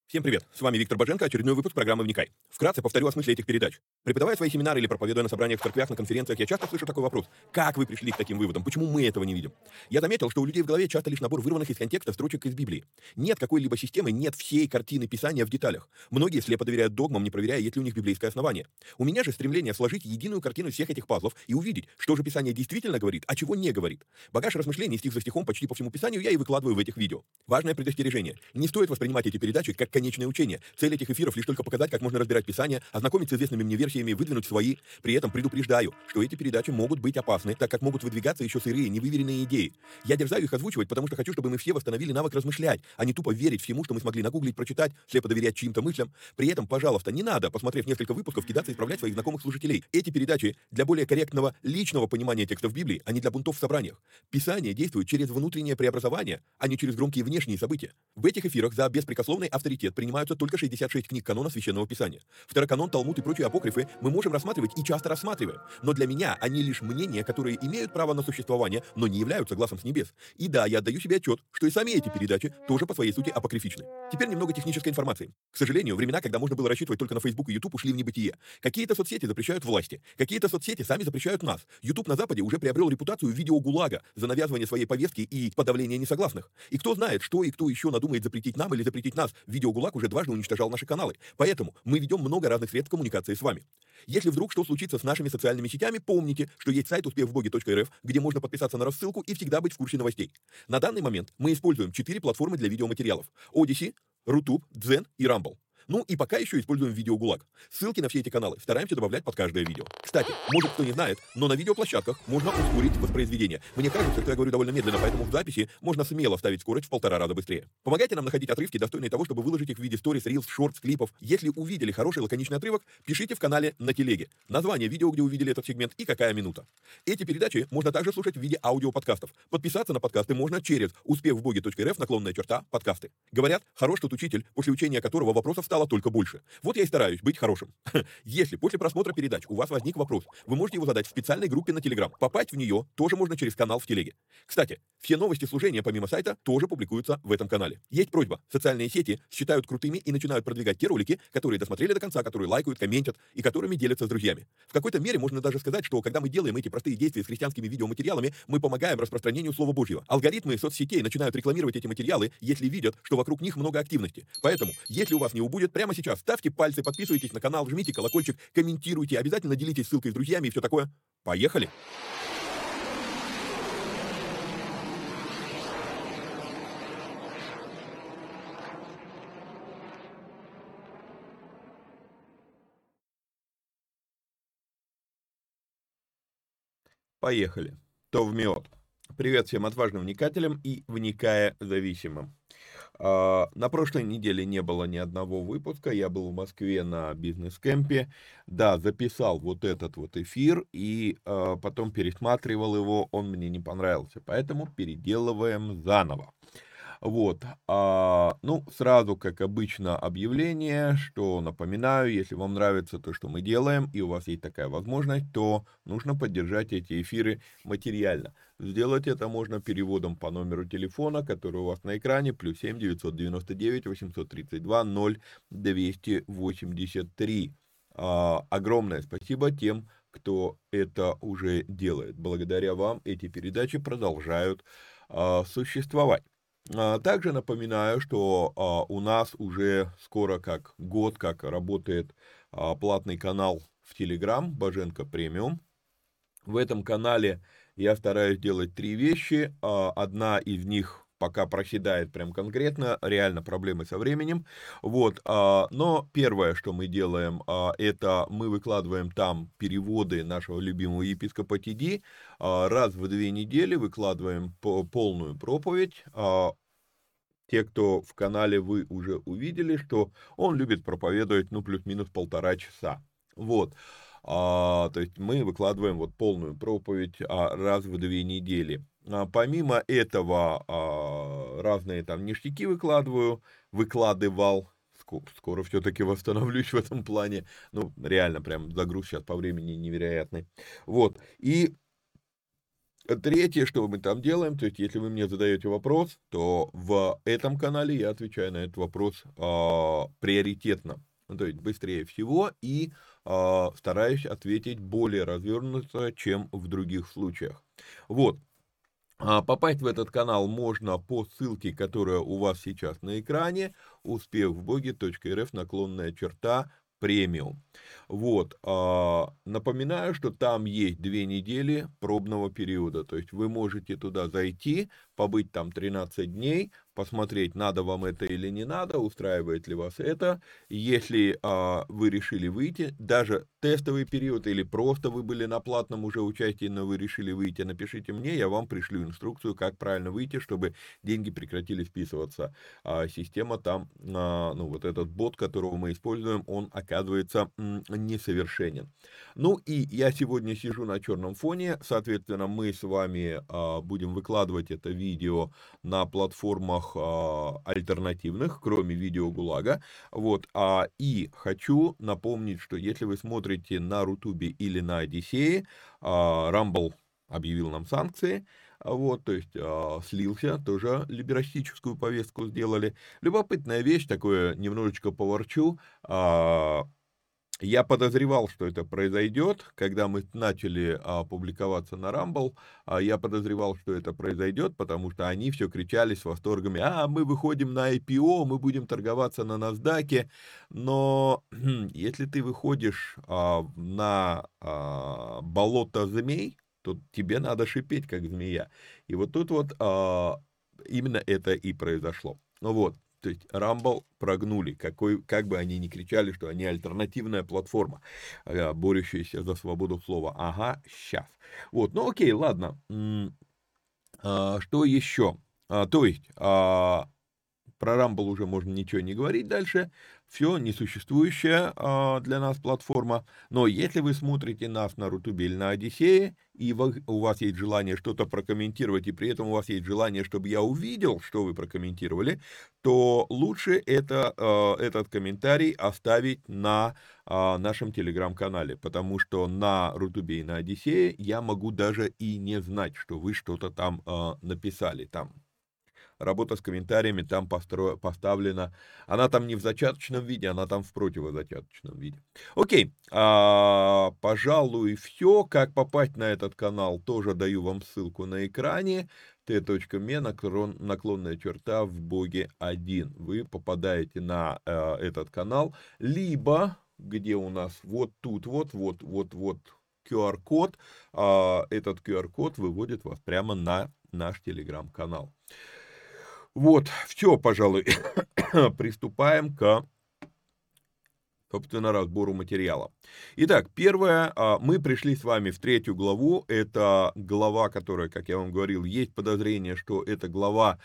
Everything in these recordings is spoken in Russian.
Всем привет! С вами Виктор Боженко, очередной выпуск программы «Вникай». Вкратце повторю о смысле этих передач. Преподавая свои семинары или проповедуя на собраниях в церквях, на конференциях, я часто слышу такой вопрос. Как вы пришли к таким выводам? Почему мы этого не видим? Я заметил, что у людей в голове часто лишь набор вырванных из контекста строчек из Библии. Нет какой-либо системы, нет всей картины Писания в деталях. Многие слепо доверяют догмам, не проверяя, есть ли у них библейское основание. У меня же стремление сложить единую картину всех этих пазлов и увидеть, что же Писание действительно говорит, а чего не говорит. Багаж размышлений стих за стихом почти по всему Писанию я и выкладываю в этих видео. Важное предостережение. Не стоит воспринимать эти передачи как конечное учение. Цель этих эфиров лишь только показать, как можно разбирать Писание, ознакомиться с известными мне версиями, выдвинуть свои. При этом предупреждаю, что эти передачи могут быть опасны, так как могут выдвигаться еще сырые, невыверенные идеи. Я дерзаю их озвучивать, потому что хочу, чтобы мы все восстановили навык размышлять, а не тупо верить всему, что мы смогли нагуглить, прочитать, слепо доверять чьим-то мыслям. При этом, пожалуйста, не надо, посмотрев несколько выпусков, кидаться и исправлять своих знакомых слушателей. Эти передачи для более корректного личного понимания текстов Библии, а не для бунтов в собраниях. Писание действует через внутреннее преобразование, а не через громкие внешние события. В этих эфирах за беспрекословный авторитет принимаются только 66 книг канона Священного Писания. Второканон, Талмуд и прочие апокрифы мы можем рассматривать и часто рассматриваем. Но для меня они лишь мнения, которые имеют право на существование, но не являются глазом с небес. И да, я отдаю себе отчет, что и сами эти передачи тоже по своей сути апокрифичны. Теперь немного технической информации. К сожалению, времена, когда можно было рассчитывать только на Facebook и YouTube, ушли в небытие. Какие-то соцсети запрещают власти, какие-то соцсети сами запрещают нас. YouTube на Западе уже приобрел репутацию видеогулага за навязывание своей повестки и подавление несогласных. И кто знает, что и кто еще надумает запретить нам или запретить нас. Видеогулаг уже дважды уничтожал наши каналы. Поэтому мы ведем много разных средств коммуникации с вами. Если вдруг что случится с нашими социальными сетями, помните, что есть сайт успехвбоге.рф, где можно подписаться на рассылку и всегда быть в курсе новостей. На данный момент мы используем 4 платформы для видеоматериалов: Odyssey, Rutube, Дзен и Rumble. Ну и пока еще используем видеогулаг. Ссылки на все эти каналы стараемся добавлять под каждое видео. Кстати, может кто не знает, но на видеоплощадках можно ускорить воспроизведение. Мне кажется, что я говорю довольно медленно, поэтому в записи можно смело ставить скорость в 1,5 раза быстрее. Помогайте нам находить отрывки, достойные того, чтобы выложить их в виде сторис, рилс, шортс, клипов. Если увидели хороший лаконичный отрывок, пишите в канале на телеге название видео, где увидели этот сегмент и какая минута. Эти передачи можно также слушать в виде аудиоподкастов. Подписаться на подкасты можно через успехвбоге.рф/подкасты. Говорят, хорош тот учитель, после учения которого вопросов стало только больше. Вот я и стараюсь быть хорошим. Если после просмотра передач у вас возник вопрос, вы можете его задать в специальной группе на Telegram. Попасть в нее тоже можно через канал в телеге. Кстати, все новости служения помимо сайта тоже публикуются в этом канале. Есть просьба: социальные сети считают крутыми и начинают продвигать те ролики, которые досмотрели до конца, которые лайкают, комментят и которыми делятся с друзьями. В какой-то мере можно даже сказать, что когда мы делаем эти простые действия с христианскими видеоматериалами, мы помогаем распространению Слова Божьего. Алгоритмы соцсетей начинают рекламировать эти материалы, если видят, что вокруг них много активности. Поэтому, если у вас не убудет, прямо сейчас ставьте пальцы, подписывайтесь на канал, жмите колокольчик, комментируйте, обязательно делитесь ссылкой с друзьями и все такое. Поехали! Поехали. То в мед. Привет всем отважным вникателям и вникая зависимым. На прошлой неделе не было ни одного выпуска, я был в Москве на бизнес-кемпе, да, записал вот этот вот эфир и потом пересматривал его, он мне не понравился, поэтому переделываем заново. Вот, ну, сразу, как обычно, объявление, что напоминаю, если вам нравится то, что мы делаем, и у вас есть такая возможность, то нужно поддержать эти эфиры материально. Сделать это можно переводом по номеру телефона, который у вас на экране, +7 999 832 0283. Огромное спасибо тем, кто это уже делает. Благодаря вам эти передачи продолжают существовать. Также напоминаю, что у нас уже скоро как год, как работает платный канал в Telegram Боженко Премиум. В этом канале я стараюсь делать 3 вещи. Одна из них пока проседает прям конкретно, реально проблемы со временем. Вот, но первое, что мы делаем, это мы выкладываем там переводы нашего любимого епископа ТД. Раз в 2 недели выкладываем полную проповедь. Те, кто в канале, вы уже увидели, что он любит проповедовать, ну, плюс-минус 1,5 часа. Вот. То есть мы выкладываем вот полную проповедь раз в 2 недели. Помимо этого, разные там ништяки выкладывал. Скоро все-таки восстановлюсь в этом плане. Ну, реально, прям загруз сейчас по времени невероятный. Вот. И Третье, что мы там делаем, то есть если вы мне задаете вопрос, то в этом канале я отвечаю на этот вопрос приоритетно, ну, то есть быстрее всего и стараюсь ответить более развернуто, чем в других случаях. Вот. Попасть в этот канал можно по ссылке, которая у вас сейчас на экране, успехвбоге.рф/премиум. Вот, напоминаю, что там есть 2 недели пробного периода, то есть вы можете туда зайти, побыть там 13 дней, посмотреть, надо вам это или не надо, устраивает ли вас это. Если вы решили выйти, даже тестовый период или просто вы были на платном уже участии, но вы решили выйти, напишите мне, я вам пришлю инструкцию, как правильно выйти, чтобы деньги прекратили списываться. Система там, ну вот этот бот, которого мы используем, он оказывается несовершенен. Ну и я сегодня сижу на черном фоне, соответственно, мы с вами будем выкладывать это видео на платформах альтернативных, кроме видео ГУЛАГа. Вот, и хочу напомнить, что если вы смотрите на Рутубе или на Одиссее, Rumble объявил нам санкции, вот, то есть слился, тоже либерастическую повестку сделали. Любопытная вещь, такое немножечко поворчу. Я подозревал, что это произойдет, когда мы начали публиковаться на Rumble, я подозревал, что это произойдет, потому что они все кричали с восторгами, мы выходим на IPO, мы будем торговаться на NASDAQ, но если ты выходишь на болото змей, то тебе надо шипеть, как змея. И вот тут вот именно это и произошло. Ну вот. То есть Rumble прогнули, как бы они ни кричали, что они альтернативная платформа, борющаяся за свободу слова. Ага, сейчас. Вот, ну окей, ладно. Что еще? То есть, про Rumble уже можно ничего не говорить дальше. Все, несуществующая для нас платформа. Но если вы смотрите нас на Рутубе или на Одиссее, и у вас есть желание что-то прокомментировать, и при этом у вас есть желание, чтобы я увидел, что вы прокомментировали, то лучше этот комментарий оставить на нашем телеграм-канале, потому что на Рутубе и на Одиссее я могу даже и не знать, что вы что-то там написали. Там работа с комментариями там поставлена. Она там не в зачаточном виде, она там в противозачаточном виде. Окей, пожалуй, все. Как попасть на этот канал, тоже даю вам ссылку на экране. t.me, наклонная черта в боге 1. Вы попадаете на этот канал, либо, где у нас вот тут, вот QR-код, этот QR-код выводит вас прямо на наш телеграм-канал. Вот, все, пожалуй, приступаем к, собственно, разбору материала. Итак, первое, мы пришли с вами в 3 главу, это глава, которая, как я вам говорил, есть подозрение, что эта глава,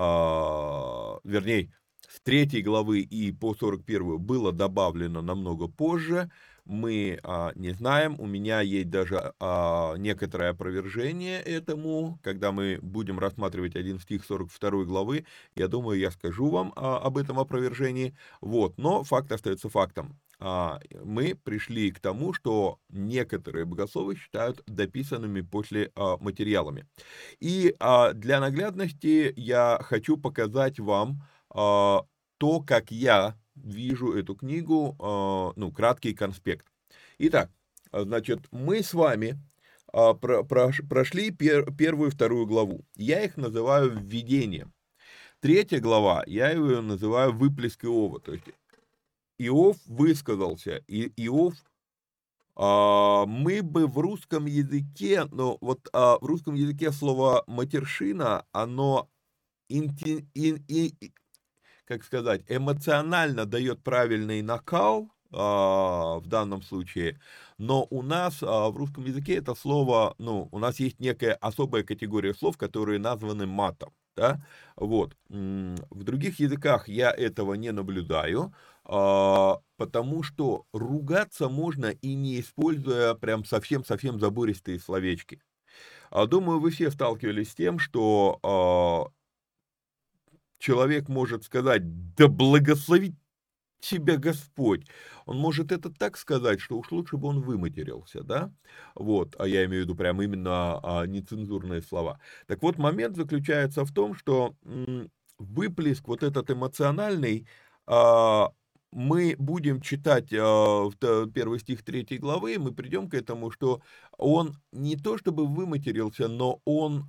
вернее, с 3 главы и по 41 было добавлено намного позже, мы не знаем, у меня есть даже некоторое опровержение этому, когда мы будем рассматривать один стих 42 главы, я думаю, я скажу вам об этом опровержении, вот, но факт остается фактом. Мы пришли к тому, что некоторые богословы считают дописанными после материалами. И для наглядности я хочу показать вам то, как я вижу эту книгу, ну, краткий конспект. Итак, значит, мы с вами прошли первую и вторую главу. Я их называю введением. 3 глава, я ее называю выплеск Иова. То есть Иов высказался, и Иов, мы бы в русском языке, но вот в русском языке слово матершина, оно как сказать, эмоционально дает правильный накал в данном случае, но у нас в русском языке это слово, ну, у нас есть некая особая категория слов, которые названы матом, да, вот. В других языках я этого не наблюдаю, потому что ругаться можно и не используя прям совсем-совсем забористые словечки. Думаю, вы все сталкивались с тем, что человек может сказать: да благословит тебя Господь. Он может это так сказать, что уж лучше бы он выматерился, да? Вот, а я имею в виду прям именно нецензурные слова. Так вот, момент заключается в том, что выплеск вот этот эмоциональный, а, мы будем читать первый стих третьей главы, и мы придем к этому, что он не то чтобы выматерился, но он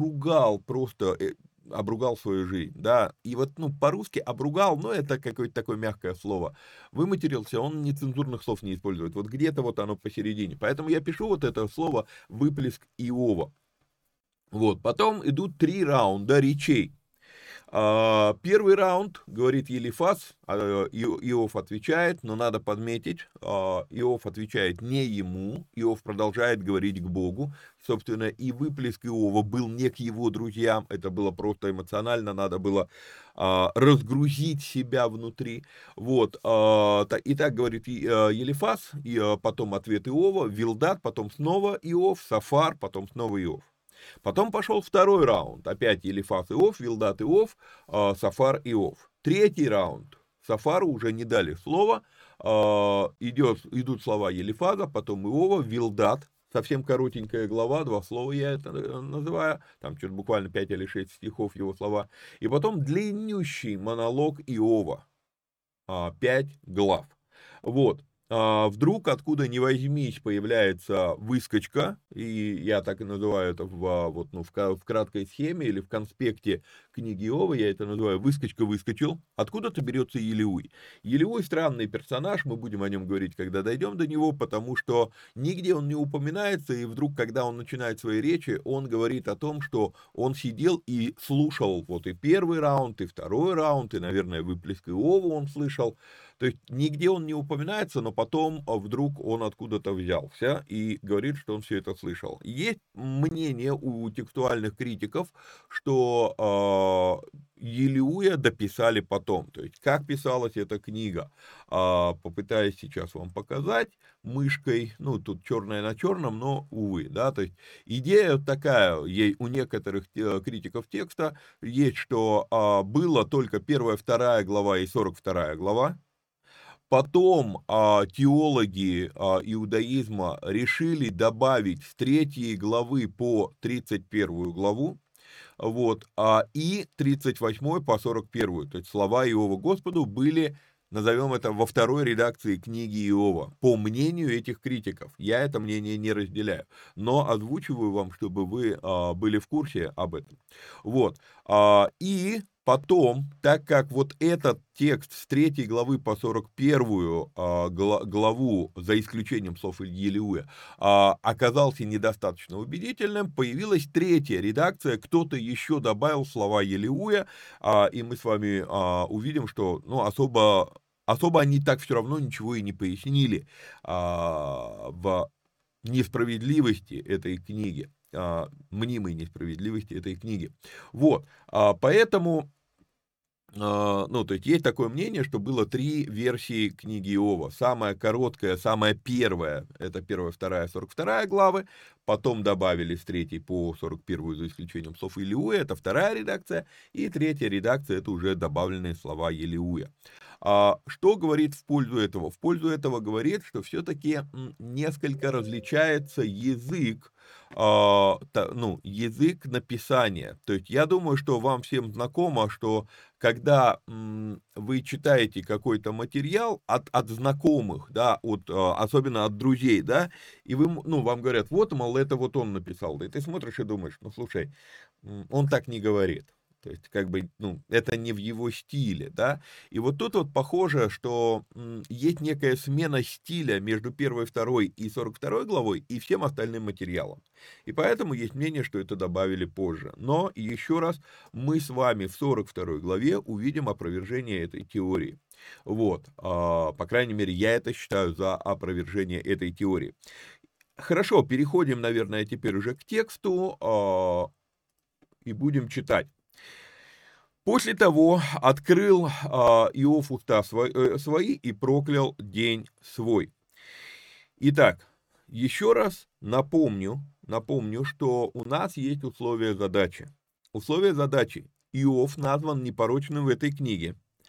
обругал свою жизнь, да, и вот, ну, по-русски обругал, но это какое-то такое мягкое слово. Выматерился, он нецензурных слов не использует, вот где-то вот оно посередине. Поэтому я пишу вот это слово «выплеск Иова». Вот, потом идут 3 раунда речей. Первый раунд, говорит Елифаз, Иов отвечает, но надо подметить, Иов отвечает не ему, Иов продолжает говорить к Богу, собственно, и выплеск Иова был не к его друзьям, это было просто эмоционально, надо было разгрузить себя внутри, вот, и так говорит Елифаз, и потом ответ Иова, Вилдат, потом снова Иов, Сафар, потом снова Иов. Потом пошел второй раунд. Опять Елифаз Иов, Вилдат Иов, Сафар Иов. Третий раунд. Сафару уже не дали слова. Идут слова Елифаза, потом Иова, Вилдат. Совсем коротенькая глава, 2 слова я это называю. Там что-то буквально 5 или 6 стихов его слова. И потом длиннющий монолог Иова. 5 глав. Вот. Вдруг, откуда ни возьмись, появляется выскочка, и я так и называю это в краткой схеме или в конспекте книги Иова, я это называю «выскочка выскочил». Откуда-то берется Елеуй. Елеуй странный персонаж, мы будем о нем говорить, когда дойдем до него, потому что нигде он не упоминается, и вдруг, когда он начинает свои речи, он говорит о том, что он сидел и слушал вот и первый раунд, и второй раунд, и, наверное, выплеск Иова он слышал. То есть нигде он не упоминается, но потом вдруг он откуда-то взялся и говорит, что он все это слышал. Есть мнение у текстуальных критиков, что Елеуя дописали потом. То есть как писалась эта книга, попытаюсь сейчас вам показать мышкой, ну тут черное на черном, но увы, да, то есть идея такая, у некоторых критиков текста есть, что было только первая, вторая глава и 42 глава. Потом теологи иудаизма решили добавить с 3 главы по 31 главу, вот, и 38 по 41. То есть слова Иова Господу были, назовем это, во второй редакции книги Иова, по мнению этих критиков. Я это мнение не разделяю, но озвучиваю вам, чтобы вы были в курсе об этом. Вот, и потом, так как вот этот текст с 3 главы по 41 главу, за исключением слов Елеуя, оказался недостаточно убедительным, появилась третья редакция, кто-то еще добавил слова Елеуя, и мы с вами увидим, что ну, особо они так все равно ничего и не пояснили в несправедливости этой книги, мнимой несправедливости этой книги. Вот, поэтому ну, то есть такое мнение, что было 3 версии книги Иова. Самая короткая, самая первая, это 1, 2, 42 главы, потом добавили с 3 по 41, за исключением слов Елеуя, это вторая редакция, и третья редакция, это уже добавленные слова Елеуя. Что говорит в пользу этого? В пользу этого говорит, что все-таки несколько различается язык, язык написания. То есть я думаю, что вам всем знакомо, что когда вы читаете какой-то материал от знакомых, да, особенно от друзей, да, и вам говорят, вот, мол, это вот он написал, да, и ты смотришь и думаешь, ну, слушай, он так не говорит. То есть, как бы, это не в его стиле, да. И вот тут вот похоже, что есть некая смена стиля между 1, 2 и 42 главой и всем остальным материалом. И поэтому есть мнение, что это добавили позже. Но, еще раз, мы с вами в 42 главе увидим опровержение этой теории. Вот, по крайней мере, я это считаю за опровержение этой теории. Хорошо, переходим, наверное, теперь уже к тексту и будем читать. После того открыл Иов уста свои и проклял день свой. Итак, еще раз напомню, что у нас есть условия задачи. Условия задачи. Иов назван непорочным в этой книге.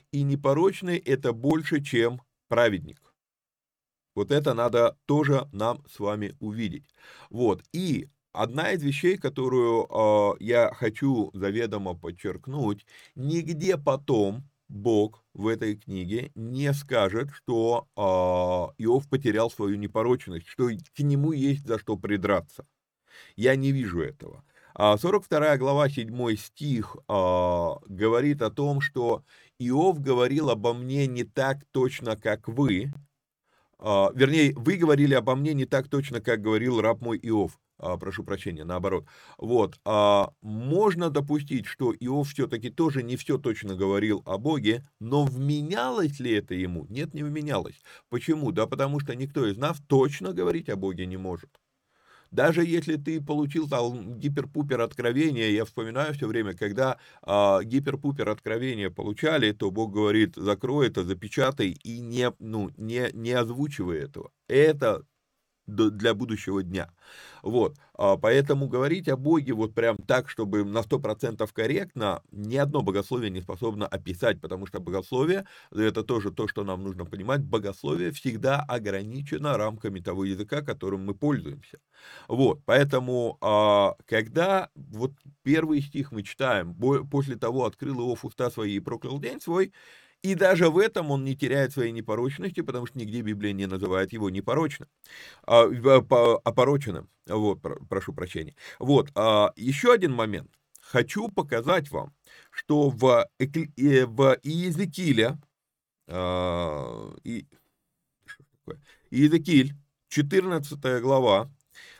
и непорочный – это больше, чем праведник. Вот это надо тоже нам с вами увидеть. Вот, и одна из вещей, которую я хочу заведомо подчеркнуть, нигде потом Бог в этой книге не скажет, что Иов потерял свою непорочность, что к нему есть за что придраться. Я не вижу этого. 42 глава, 7 стих говорит о том, что Иов говорил обо мне не так точно, как вы. Вернее, вы говорили обо мне не так точно, как говорил раб мой Иов. Прошу прощения, наоборот. Вот. Можно допустить, что Иов все-таки тоже не все точно говорил о Боге, но вменялось ли это ему? Нет, не вменялось. Почему? Да потому что никто из нас точно говорить о Боге не может. Даже если ты получил там гипер-пупер откровение, я вспоминаю все время, когда гипер-пупер откровение получали, то Бог говорит: закрой это, запечатай и не озвучивай этого. Это для будущего дня. Вот, поэтому говорить о Боге вот прям так, чтобы на 100% корректно, ни одно богословие не способно описать, потому что богословие, это тоже то, что нам нужно понимать, богословие всегда ограничено рамками того языка, которым мы пользуемся. Вот, поэтому, когда вот первый стих мы читаем: «После того открыл Иов уста свои и проклял день свой», и даже в этом он не теряет своей непорочности, потому что нигде Библия не называет его непорочным, опороченным. Вот, прошу прощения. Вот, еще один момент. Хочу показать вам, что в Иезекииле, Иезекииль, 14 глава,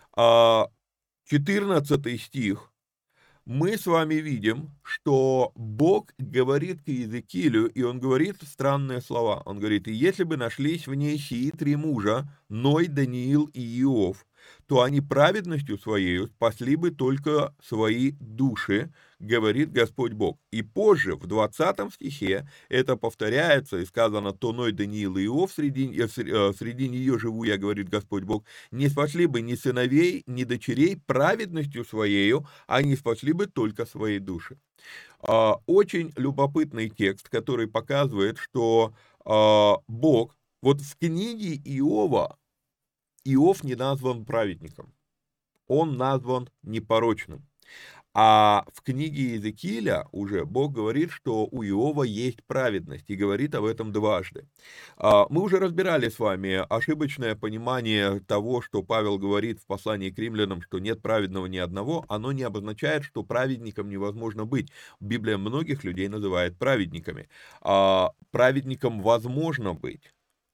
14 стих, мы с вами видим, что Бог говорит к Иезекиилю, и он говорит странные слова. Он говорит: «И если бы нашлись в ней сии 3 мужа, Ной, Даниил и Иов, то они праведностью своей спасли бы только свои души, говорит Господь Бог». И позже, в 20 стихе, это повторяется, и сказано: «То Ной, Даниил и Иов, среди нее живу я, говорит Господь Бог, не спасли бы ни сыновей, ни дочерей праведностью своею, они спасли бы только свои души». Очень любопытный текст, который показывает, что Бог, вот в книге Иова, Иов не назван праведником, он назван непорочным. А в книге Иезекииля уже Бог говорит, что у Иова есть праведность, и говорит об этом дважды. Мы уже разбирали с вами ошибочное понимание того, что Павел говорит в послании к римлянам, что нет праведного ни одного. Оно не обозначает, что праведником невозможно быть. Библия многих людей называет праведниками. Праведником возможно быть.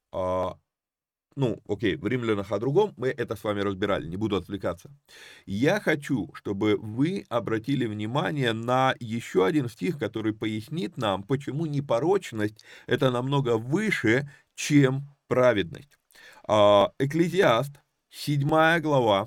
Окей, в римлянах о другом, мы это с вами разбирали, не буду отвлекаться. Я хочу, чтобы вы обратили внимание на еще один стих, который пояснит нам, почему непорочность – это намного выше, чем праведность. Экклезиаст, 7 глава,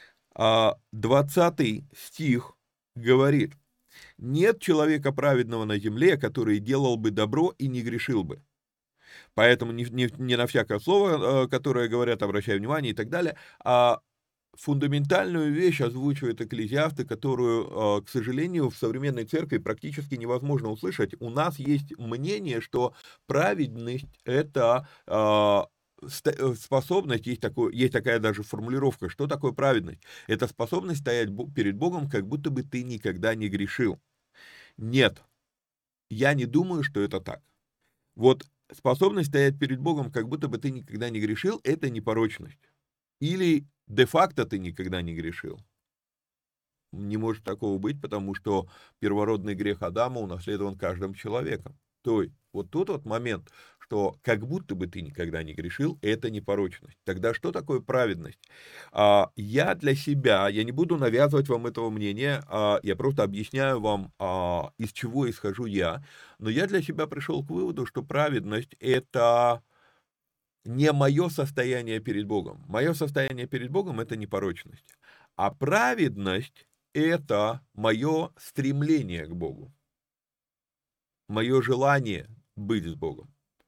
20 стих говорит: «Нет человека праведного на земле, который делал бы добро и не грешил бы». Поэтому не на всякое слово, которое говорят, обращаю внимание и так далее, а фундаментальную вещь озвучивают экклезиасты, которую, к сожалению, в современной церкви практически невозможно услышать. У нас есть мнение, что праведность – это способность, есть такая даже формулировка, что такое праведность? Это способность стоять перед Богом, как будто бы ты никогда не грешил. Нет, я не думаю, что это так. Вот способность стоять перед Богом, как будто бы ты никогда не грешил, это непорочность. Или де-факто ты никогда не грешил. Не может такого быть, потому что первородный грех Адама унаследован каждым человеком. То есть вот тут вот момент, что как будто бы ты никогда не грешил, это непорочность. Тогда что такое праведность? Я для себя, я не буду навязывать вам этого мнения, я просто объясняю вам, из чего исхожу я, но я для себя пришел к выводу, что праведность – это не мое состояние перед Богом. Мое состояние перед Богом – это непорочность. А праведность – это мое стремление к Богу, мое желание быть с Богом.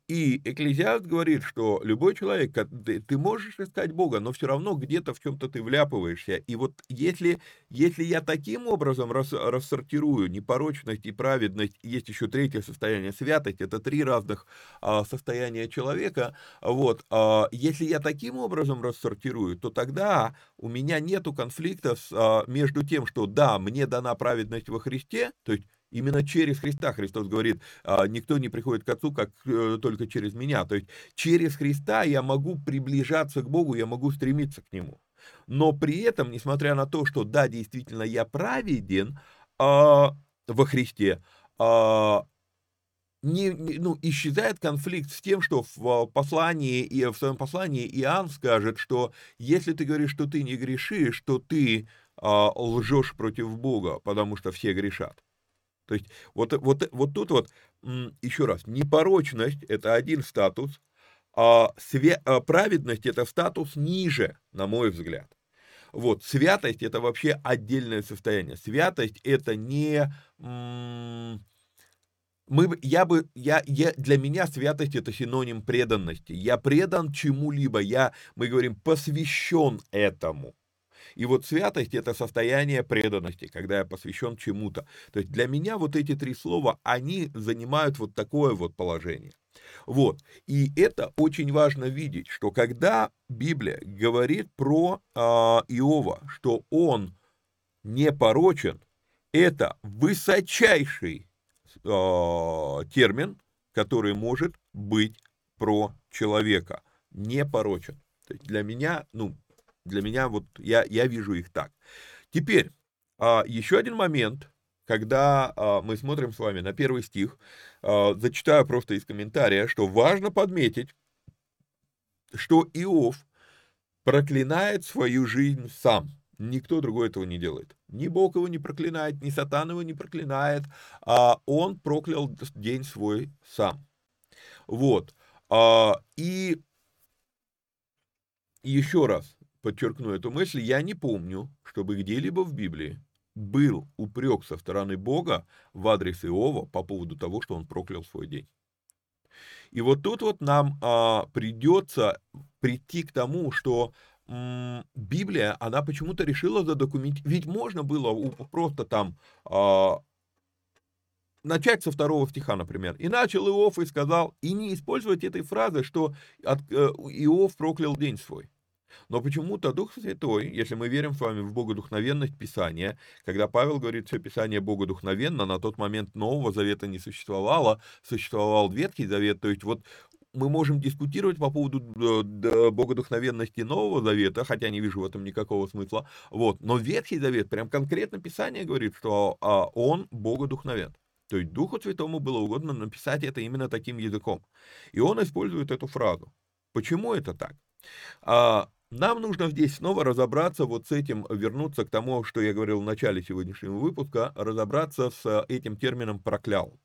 И Экклезиаст говорит, что любой человек, ты можешь искать Бога, но все равно где-то в чем-то ты вляпываешься. И вот если я таким образом рассортирую непорочность и праведность, есть еще третье состояние, святость, это три разных состояния человека, вот, если я таким образом рассортирую, то тогда у меня нету конфликта между тем, что да, мне дана праведность во Христе, то есть именно через Христа. Христос говорит, никто не приходит к Отцу, как только через меня. То есть через Христа я могу приближаться к Богу, я могу стремиться к Нему. Но при этом, несмотря на то, что да, действительно я праведен во Христе, ну, исчезает конфликт с тем, что в послании, и в своем послании Иоанн скажет, что если ты говоришь, что ты не грешишь, то ты лжешь против Бога, потому что все грешат. То есть вот тут вот, еще раз, непорочность – это один статус, праведность – это статус ниже, на мой взгляд. Вот, святость – это вообще отдельное состояние. Святость – это не... Для меня святость – это синоним преданности. Я предан чему-либо, мы говорим, посвящен этому. И вот святость – это состояние преданности, когда я посвящен чему-то. То есть для меня вот эти три слова, они занимают вот такое вот положение. Вот. И это очень важно видеть, что когда Библия говорит про Иова, что он непорочен, это высочайший термин, который может быть про человека. Непорочен. То есть для меня вот я вижу их так. Теперь, еще один момент, когда мы смотрим с вами на первый стих, зачитаю просто из комментария, что важно подметить, что Иов проклинает свою жизнь сам. Никто другой этого не делает. Ни Бог его не проклинает, ни Сатан его не проклинает, а он проклял день свой сам. Вот. И еще раз подчеркну эту мысль, я не помню, чтобы где-либо в Библии был упрек со стороны Бога в адрес Иова по поводу того, что он проклял свой день. И вот тут вот нам придется прийти к тому, что Библия, она почему-то решила задокументировать, ведь можно было просто там начать со 2 стиха, например. «И начал Иов и сказал», и не использовать этой фразы, что Иов проклял день свой. Но почему-то Дух Святой, если мы верим с вами в богодухновенность Писания, когда Павел говорит, что Писание богодухновенно, на тот момент Нового Завета не существовало, существовал Ветхий Завет, то есть вот мы можем дискутировать по поводу богодухновенности Нового Завета, хотя не вижу в этом никакого смысла, вот, но Ветхий Завет, прям конкретно Писание говорит, что он богодухновен. То есть Духу Святому было угодно написать это именно таким языком. И он использует эту фразу. Почему это так? Нам нужно здесь снова разобраться вот с этим, вернуться к тому, что я говорил в начале сегодняшнего выпуска, разобраться с этим термином проклял.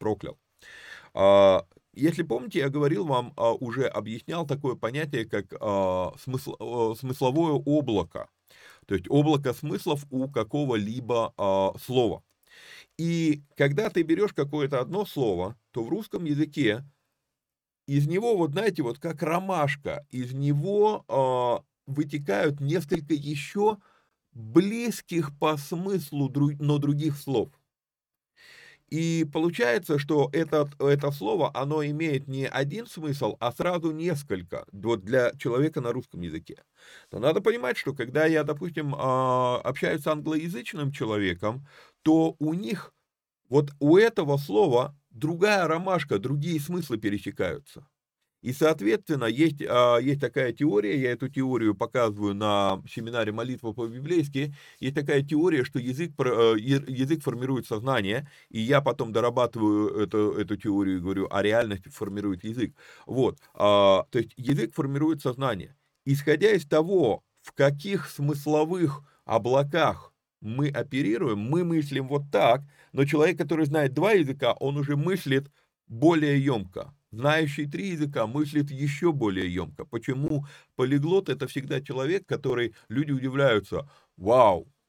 Если помните, я говорил вам, уже объяснял такое понятие, как смысловое облако, то есть облако смыслов у какого-либо слова. И когда ты берешь какое-то одно слово, то в русском языке из него, вот знаете, вот как ромашка, из него вытекают несколько еще близких по смыслу, но других слов. И получается, что это слово, оно имеет не один смысл, а сразу несколько, вот для человека на русском языке. Но надо понимать, что когда я, допустим, общаюсь с англоязычным человеком, то у них, вот у этого слова другая ромашка, другие смыслы пересекаются. И, соответственно, есть такая теория, я эту теорию показываю на семинаре «Молитва по-библейски», есть такая теория, что язык формирует сознание, и я потом дорабатываю эту теорию и говорю, а реальность формирует язык. Вот, то есть язык формирует сознание. Исходя из того, в каких смысловых облаках мы оперируем, мы мыслим вот так, но человек, который знает два языка, он уже мыслит более емко. Знающий 3 языка мыслит еще более емко. Почему полиглот – это всегда человек, который люди удивляются, вау,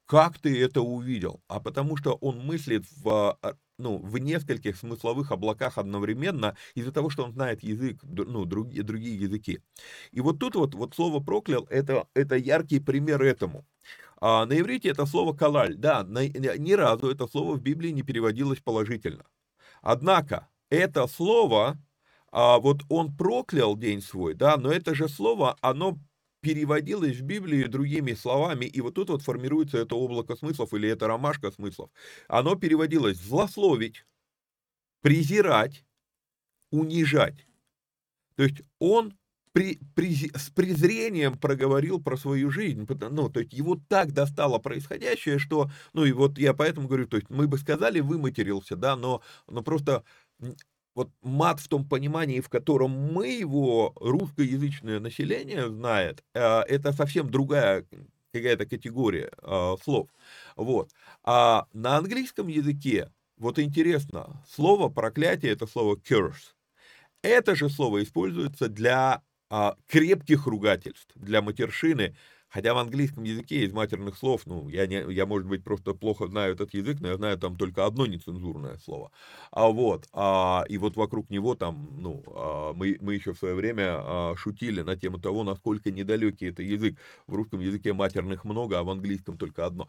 Как ты это увидел? А потому что он мыслит в нескольких смысловых облаках одновременно из-за того, что он знает язык, другие языки. И вот тут вот слово «проклял» это яркий пример этому. На иврите это слово «калаль». Да, ни разу это слово в Библии не переводилось положительно. Однако это слово, вот он проклял день свой, да, но это же слово, оно переводилось в Библии другими словами, и вот тут вот формируется это облако смыслов или это ромашка смыслов. Оно переводилось злословить, презирать, унижать. То есть он с презрением проговорил про свою жизнь, то есть его так достало происходящее, что, и вот я поэтому говорю, то есть мы бы сказали, выматерился, да, но просто вот мат в том понимании, в котором мы его, русскоязычное население знает, это совсем другая какая-то категория слов, вот. А на английском языке, вот интересно, слово проклятие, это слово curse. Это же слово используется для крепких ругательств, для матершины, хотя в английском языке из матерных слов, я, может быть, просто плохо знаю этот язык, но я знаю там только одно нецензурное слово. И вот вокруг него там, мы еще в свое время шутили на тему того, насколько недалекий это язык. В русском языке матерных много, а в английском только одно.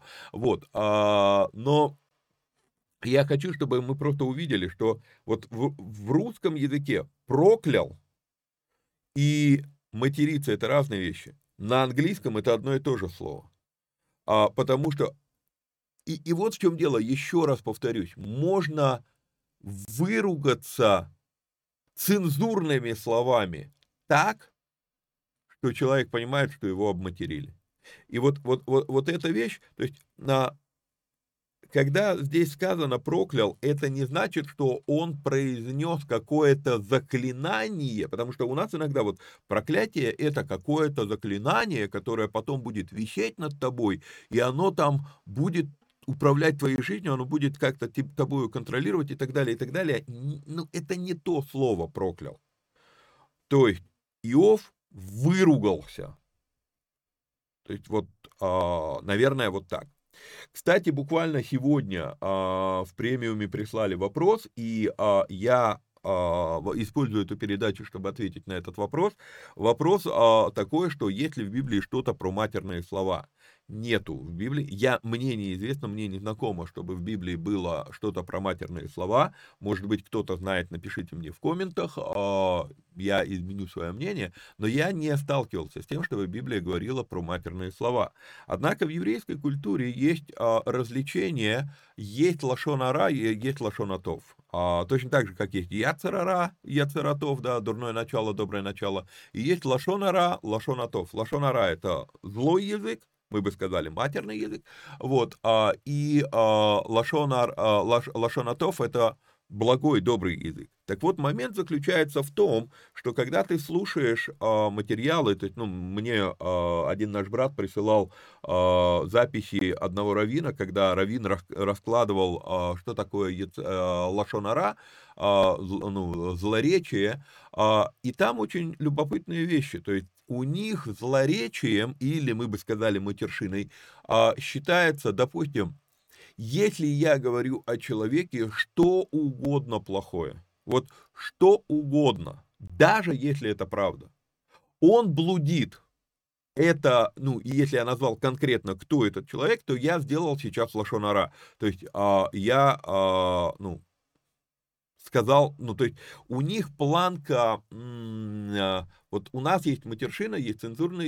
Но я хочу, чтобы мы просто увидели, что вот в русском языке проклял и материться — это разные вещи. На английском это одно и то же слово. Потому что, и вот в чем дело, еще раз повторюсь, можно выругаться цензурными словами так, что человек понимает, что его обматерили. И вот эта вещь, то есть когда здесь сказано «проклял», это не значит, что он произнес какое-то заклинание, потому что у нас иногда вот проклятие — это какое-то заклинание, которое потом будет висеть над тобой, и оно там будет управлять твоей жизнью, оно будет как-то тобою контролировать и так далее, и так далее. Это не то слово «проклял». То есть Иов выругался. То есть наверное, вот так. Кстати, буквально сегодня в премиуме прислали вопрос, и я использую эту передачу, чтобы ответить на этот вопрос. Вопрос такой, что есть ли в Библии что-то про матерные слова? Нету в Библии. Мне неизвестно, мне не знакомо, чтобы в Библии было что-то про матерные слова. Может быть, кто-то знает, напишите мне в комментах, я изменю свое мнение, но я не сталкивался с тем, чтобы Библия говорила про матерные слова. Однако в еврейской культуре есть развлечение, есть лашон ара, есть лашон атов. Точно так же, как есть яцер ара, яцер атов, да, дурное начало, доброе начало, и есть лашон ара, лашон атов. Лашон ара — это злой язык, мы бы сказали матерный язык, и лашон атов — это благой, добрый язык. Так вот, момент заключается в том, что когда ты слушаешь материалы, то есть, мне один наш брат присылал записи одного раввина, когда раввин раскладывал, что такое лашон ара, злоречие, и там очень любопытные вещи, то есть у них злоречием, или мы бы сказали матершиной, считается, допустим, если я говорю о человеке что угодно плохое, вот что угодно, даже если это правда, он блудит, это, и если я назвал конкретно, кто этот человек, то я сделал сейчас лашон ара. То есть я, сказал, то есть у них планка, вот у нас есть матершина, есть цензурный,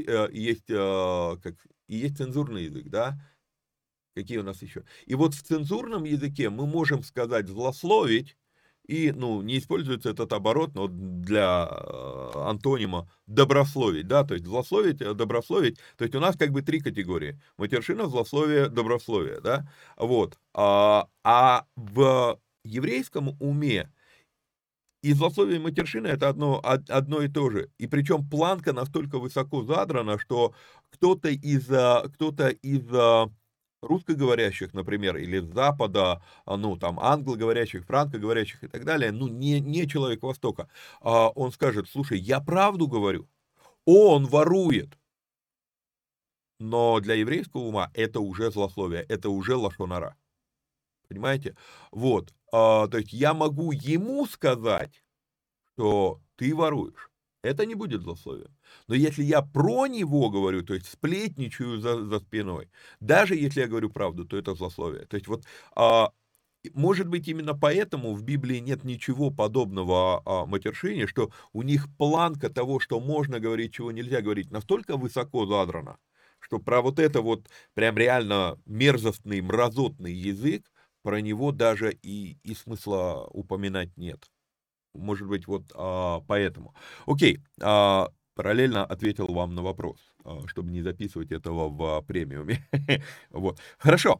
есть цензурный язык, да. Какие у нас еще? И вот в цензурном языке мы можем сказать злословить, и, не используется этот оборот, но для антонима добрословить, да, то есть злословить, добрословить, то есть у нас как бы три категории: матершина, злословие, добрословие, да, вот. А в еврейском уме и злословие, и матершина — это одно и то же. И причем планка настолько высоко задрана, что кто-то из русскоговорящих, например, или с Запада, там, англоговорящих, франкоговорящих и так далее, не человек Востока, он скажет: слушай, я правду говорю, он ворует. но для еврейского ума это уже злословие, это уже лашон ара. Понимаете? Вот. То есть я могу ему сказать, что ты воруешь. Это не будет злословием. Но если я про него говорю, то есть сплетничаю за спиной, даже если я говорю правду, то это злословие. То есть вот, может быть, именно поэтому в Библии нет ничего подобного о матершине, что у них планка того, что можно говорить, чего нельзя говорить, настолько высоко задрана, что про вот это вот прям реально мерзостный, мразотный язык, про него даже и смысла упоминать нет. Может быть, вот поэтому. Окей, параллельно ответил вам на вопрос, чтобы не записывать этого в премиуме. Вот. Хорошо.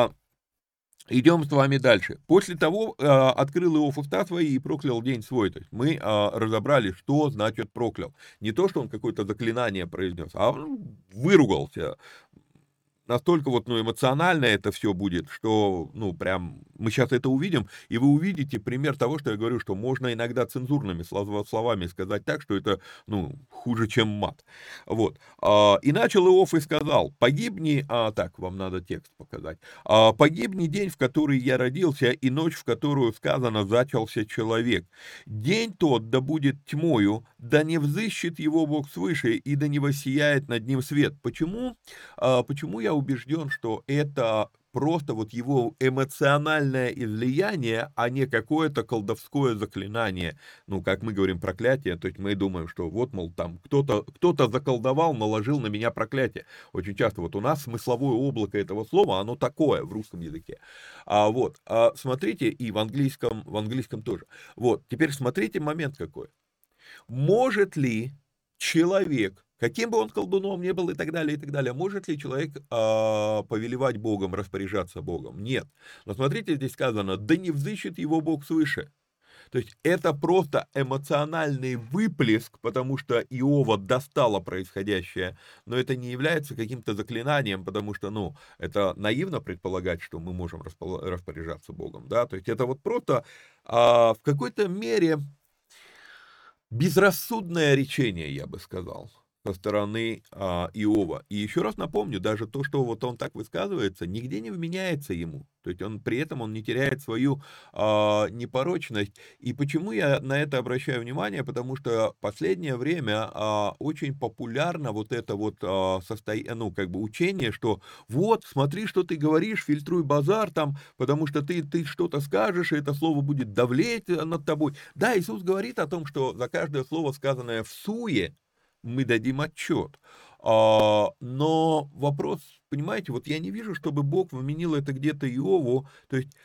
Идем с вами дальше. После того открыл Иов уста свои и проклял день свой. То есть мы разобрали, что значит проклял. Не то, что он какое-то заклинание произнес, а он выругался. Настолько вот, ну, эмоционально это все будет, что, ну, прям, мы сейчас это увидим, и вы увидите пример того, что я говорю, что можно иногда цензурными словами сказать так, что это, ну, хуже, чем мат. Вот. И начал Иов и сказал: погибни, так, вам надо текст показать, погибни день, в который я родился, и ночь, в которую сказано зачался человек. День тот да будет тьмою, да не взыщет его Бог свыше, и да не воссияет над ним свет. Почему я убежден, что это просто вот его эмоциональное излияние, а не какое-то колдовское заклинание, ну, как мы говорим, проклятие, то есть мы думаем, что вот, мол, там кто-то заколдовал, наложил на меня проклятие. Очень часто вот у нас смысловое облако этого слова, оно такое в русском языке. Смотрите, и в английском тоже. Вот, теперь смотрите момент какой. Может ли человек, каким бы он колдуном ни был и так далее, может ли человек повелевать Богом, распоряжаться Богом? Нет. Но смотрите, здесь сказано: да не взыщет его Бог свыше. То есть это просто эмоциональный выплеск, потому что Иова достало происходящее, но это не является каким-то заклинанием, потому что, ну, это наивно предполагать, что мы можем распоряжаться Богом, да, то есть это вот просто в какой-то мере безрассудное речение, я бы сказал, со стороны Иова. И еще раз напомню, даже то, что вот он так высказывается, нигде не вменяется ему. То есть он при этом он не теряет свою непорочность. И почему я на это обращаю внимание? Потому что последнее время очень популярно вот это вот ну, как бы учение, что вот, смотри, что ты говоришь, фильтруй базар там, потому что ты что-то скажешь, и это слово будет давлеть над тобой. Да, Иисус говорит о том, что за каждое слово, сказанное в суе, мы дадим отчет. Но вопрос, понимаете, вот я не вижу, чтобы Бог вменил это где-то Иову. То есть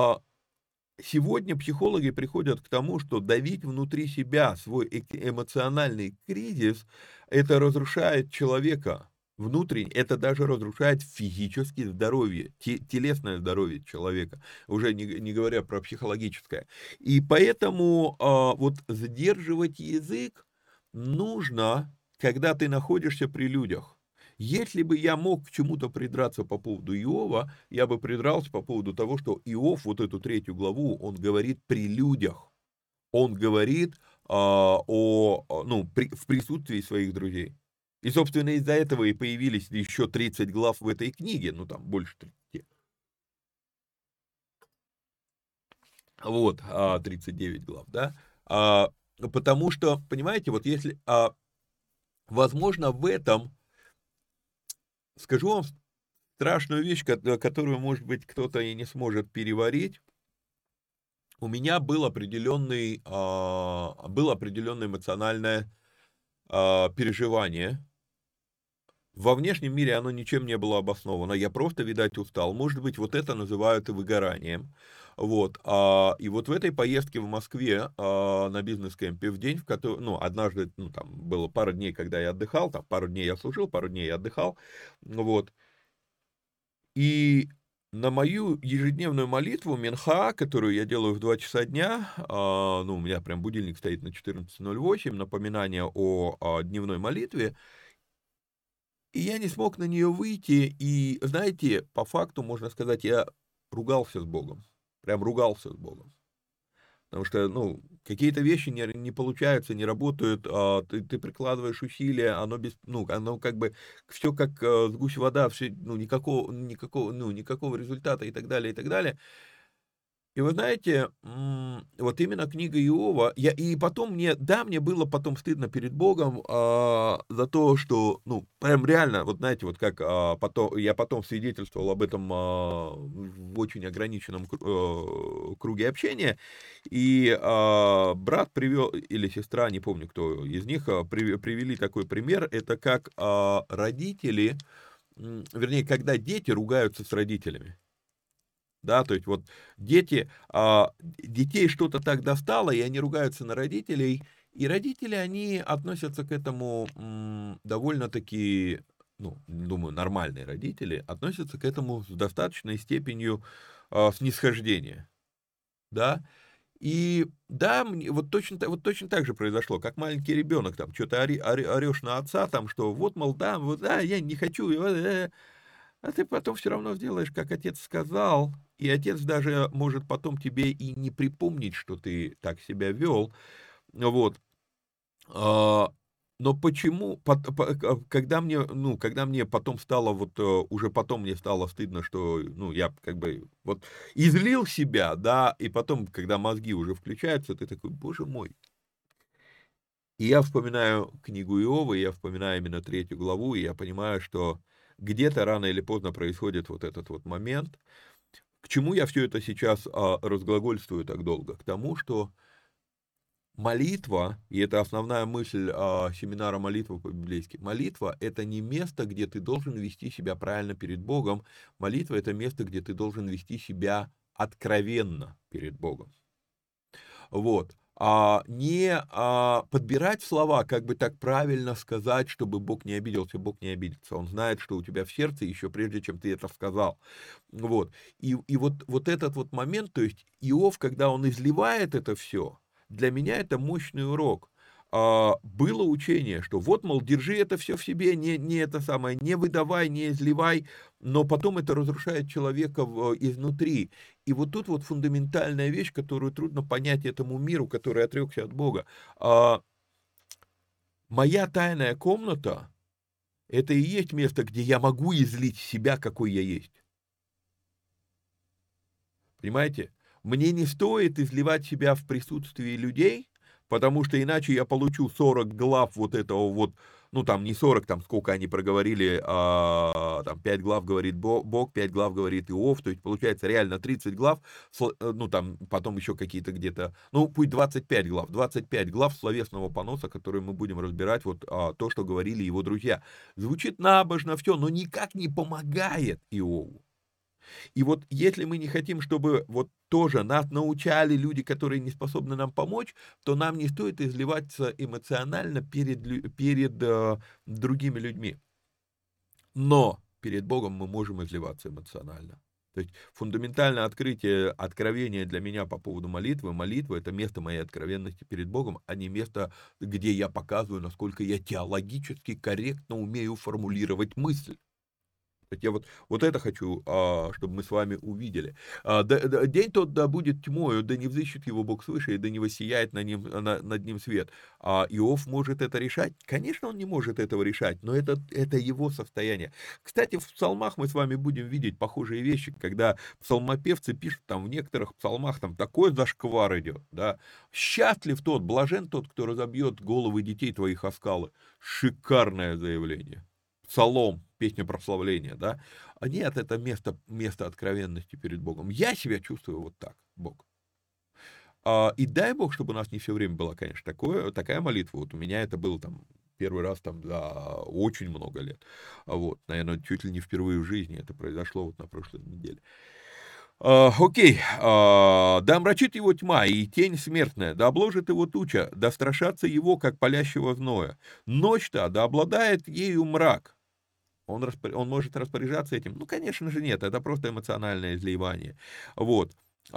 сегодня психологи приходят к тому, что давить внутри себя свой эмоциональный кризис, это разрушает человека внутренне, это даже разрушает физическое здоровье, телесное здоровье человека, уже не говоря про психологическое. И поэтому вот сдерживать язык нужно, когда ты находишься при людях. Если бы я мог к чему-то придраться по поводу Иова, я бы придрался по поводу того, что Иов, вот эту 3 главу, он говорит при людях. Он говорит в присутствии своих друзей. И, собственно, из-за этого и появились еще 30 глав в этой книге, ну, там, больше 30. Вот, 39 глав, да. Потому что, понимаете, вот если, возможно, в этом, скажу вам страшную вещь, которую, может быть, кто-то и не сможет переварить. У меня было определенное эмоциональное переживание. Во внешнем мире оно ничем не было обосновано. Я просто, видать, устал. Может быть, вот это называют и выгоранием. Вот. И вот в этой поездке в Москве на бизнес-кемпе в день, в который, ну, однажды, ну, там было пару дней, когда я отдыхал, там пару дней я служил, пару дней я отдыхал. Вот. И на мою ежедневную молитву Минха, которую я делаю в 2 часа дня, ну, у меня прям будильник стоит на 14:08, напоминание о дневной молитве, и я не смог на нее выйти, и, знаете, по факту, можно сказать, я ругался с Богом, прям ругался с Богом. Потому что, ну, какие-то вещи не получаются, не работают, ты прикладываешь усилия, оно ну, оно как бы, все как с гуся вода, все, ну, никакого результата и так далее, и так далее. И вы знаете, вот именно книга Иова, и потом мне было потом стыдно перед Богом за то, что, ну, прям реально, вот знаете, вот как я потом свидетельствовал об этом в очень ограниченном круге общения, и брат привел, или сестра, не помню, кто из них, привели такой пример, это как родители, вернее, когда дети ругаются с родителями. Да, то есть вот детей что-то так достало, и они ругаются на родителей, и родители, они относятся к этому довольно-таки, ну, думаю, нормальные родители, относятся к этому с достаточной степенью снисхождения, да, и да, вот точно так же произошло, как маленький ребенок, там, что-то орешь на отца, там, что вот, мол, да, вот, да, я не хочу, а ты потом все равно сделаешь, как отец сказал, и отец даже может потом тебе и не припомнить, что ты так себя вел. Вот. А, Но почему, когда мне потом стало, уже потом мне стало стыдно, что, ну, я как бы вот излил себя, да, и потом, когда мозги уже включаются, ты такой, боже мой. И я вспоминаю книгу Иова, и я вспоминаю именно 3 главу, и я понимаю, что где-то рано или поздно происходит вот этот вот момент. К чему я все это сейчас разглагольствую так долго? К тому, что молитва, и это основная мысль семинара молитвы по-библейски, молитва — это не место, где ты должен вести себя правильно перед Богом, молитва — это место, где ты должен вести себя откровенно перед Богом. Вот. Не подбирать слова, как бы так правильно сказать, чтобы Бог не обиделся. Бог не обидится. Он знает, что у тебя в сердце, еще прежде, чем ты это сказал. Вот. И вот этот вот момент, то есть Иов, когда он изливает это все, для меня это мощный урок. Было учение, что вот, мол, держи это все в себе, не это самое, не выдавай, не изливай, но потом это разрушает человека изнутри. И вот тут вот фундаментальная вещь, которую трудно понять этому миру, который отрекся от Бога. Моя тайная комната — это и есть место, где я могу излить себя, какой я есть. Понимаете? Мне не стоит изливать себя в присутствии людей, потому что иначе я получу 40 глав вот этого вот, ну там не 40, там сколько они проговорили, там 5 глав говорит Бог, 5 глав говорит Иов, то есть получается реально 30 глав, ну там потом еще какие-то где-то, ну пусть 25 глав словесного поноса, которые мы будем разбирать, вот то, что говорили его друзья. Звучит набожно все, но никак не помогает Иову. И вот если мы не хотим, чтобы вот тоже нас научали люди, которые не способны нам помочь, то нам не стоит изливаться эмоционально перед другими людьми. Но перед Богом мы можем изливаться эмоционально. То есть фундаментальное открытие, откровение для меня по поводу молитвы. Молитва — это место моей откровенности перед Богом, а не место, где я показываю, насколько я теологически корректно умею формулировать мысль. Я вот это хочу, чтобы мы с вами увидели. День тот да будет тьмою, да не взыщет его Бог свыше, и да не воссияет над ним свет. Иов может это решать? Конечно, он не может этого решать, но это его состояние. Кстати, в псалмах мы с вами будем видеть похожие вещи, когда псалмопевцы пишут там в некоторых псалмах, там такой зашквар идет, да. «Счастлив тот, блажен тот, кто разобьет головы детей твоих о скалы». Шикарное заявление. Псалом, песня прославления, да? Нет, это место откровенности перед Богом. Я себя чувствую вот так, Бог. И дай Бог, чтобы у нас не все время была, конечно, такая молитва. Вот у меня это было там первый раз там за очень много лет. Вот, наверное, чуть ли не впервые в жизни это произошло вот на прошлой неделе. Окей. Да омрачит его тьма и тень смертная, да обложит его туча, да страшатся его, как палящего зноя. Ночь-то, да обладает ею мрак. Он может распоряжаться этим? Ну, конечно же, нет, это просто эмоциональное изливание. Вот.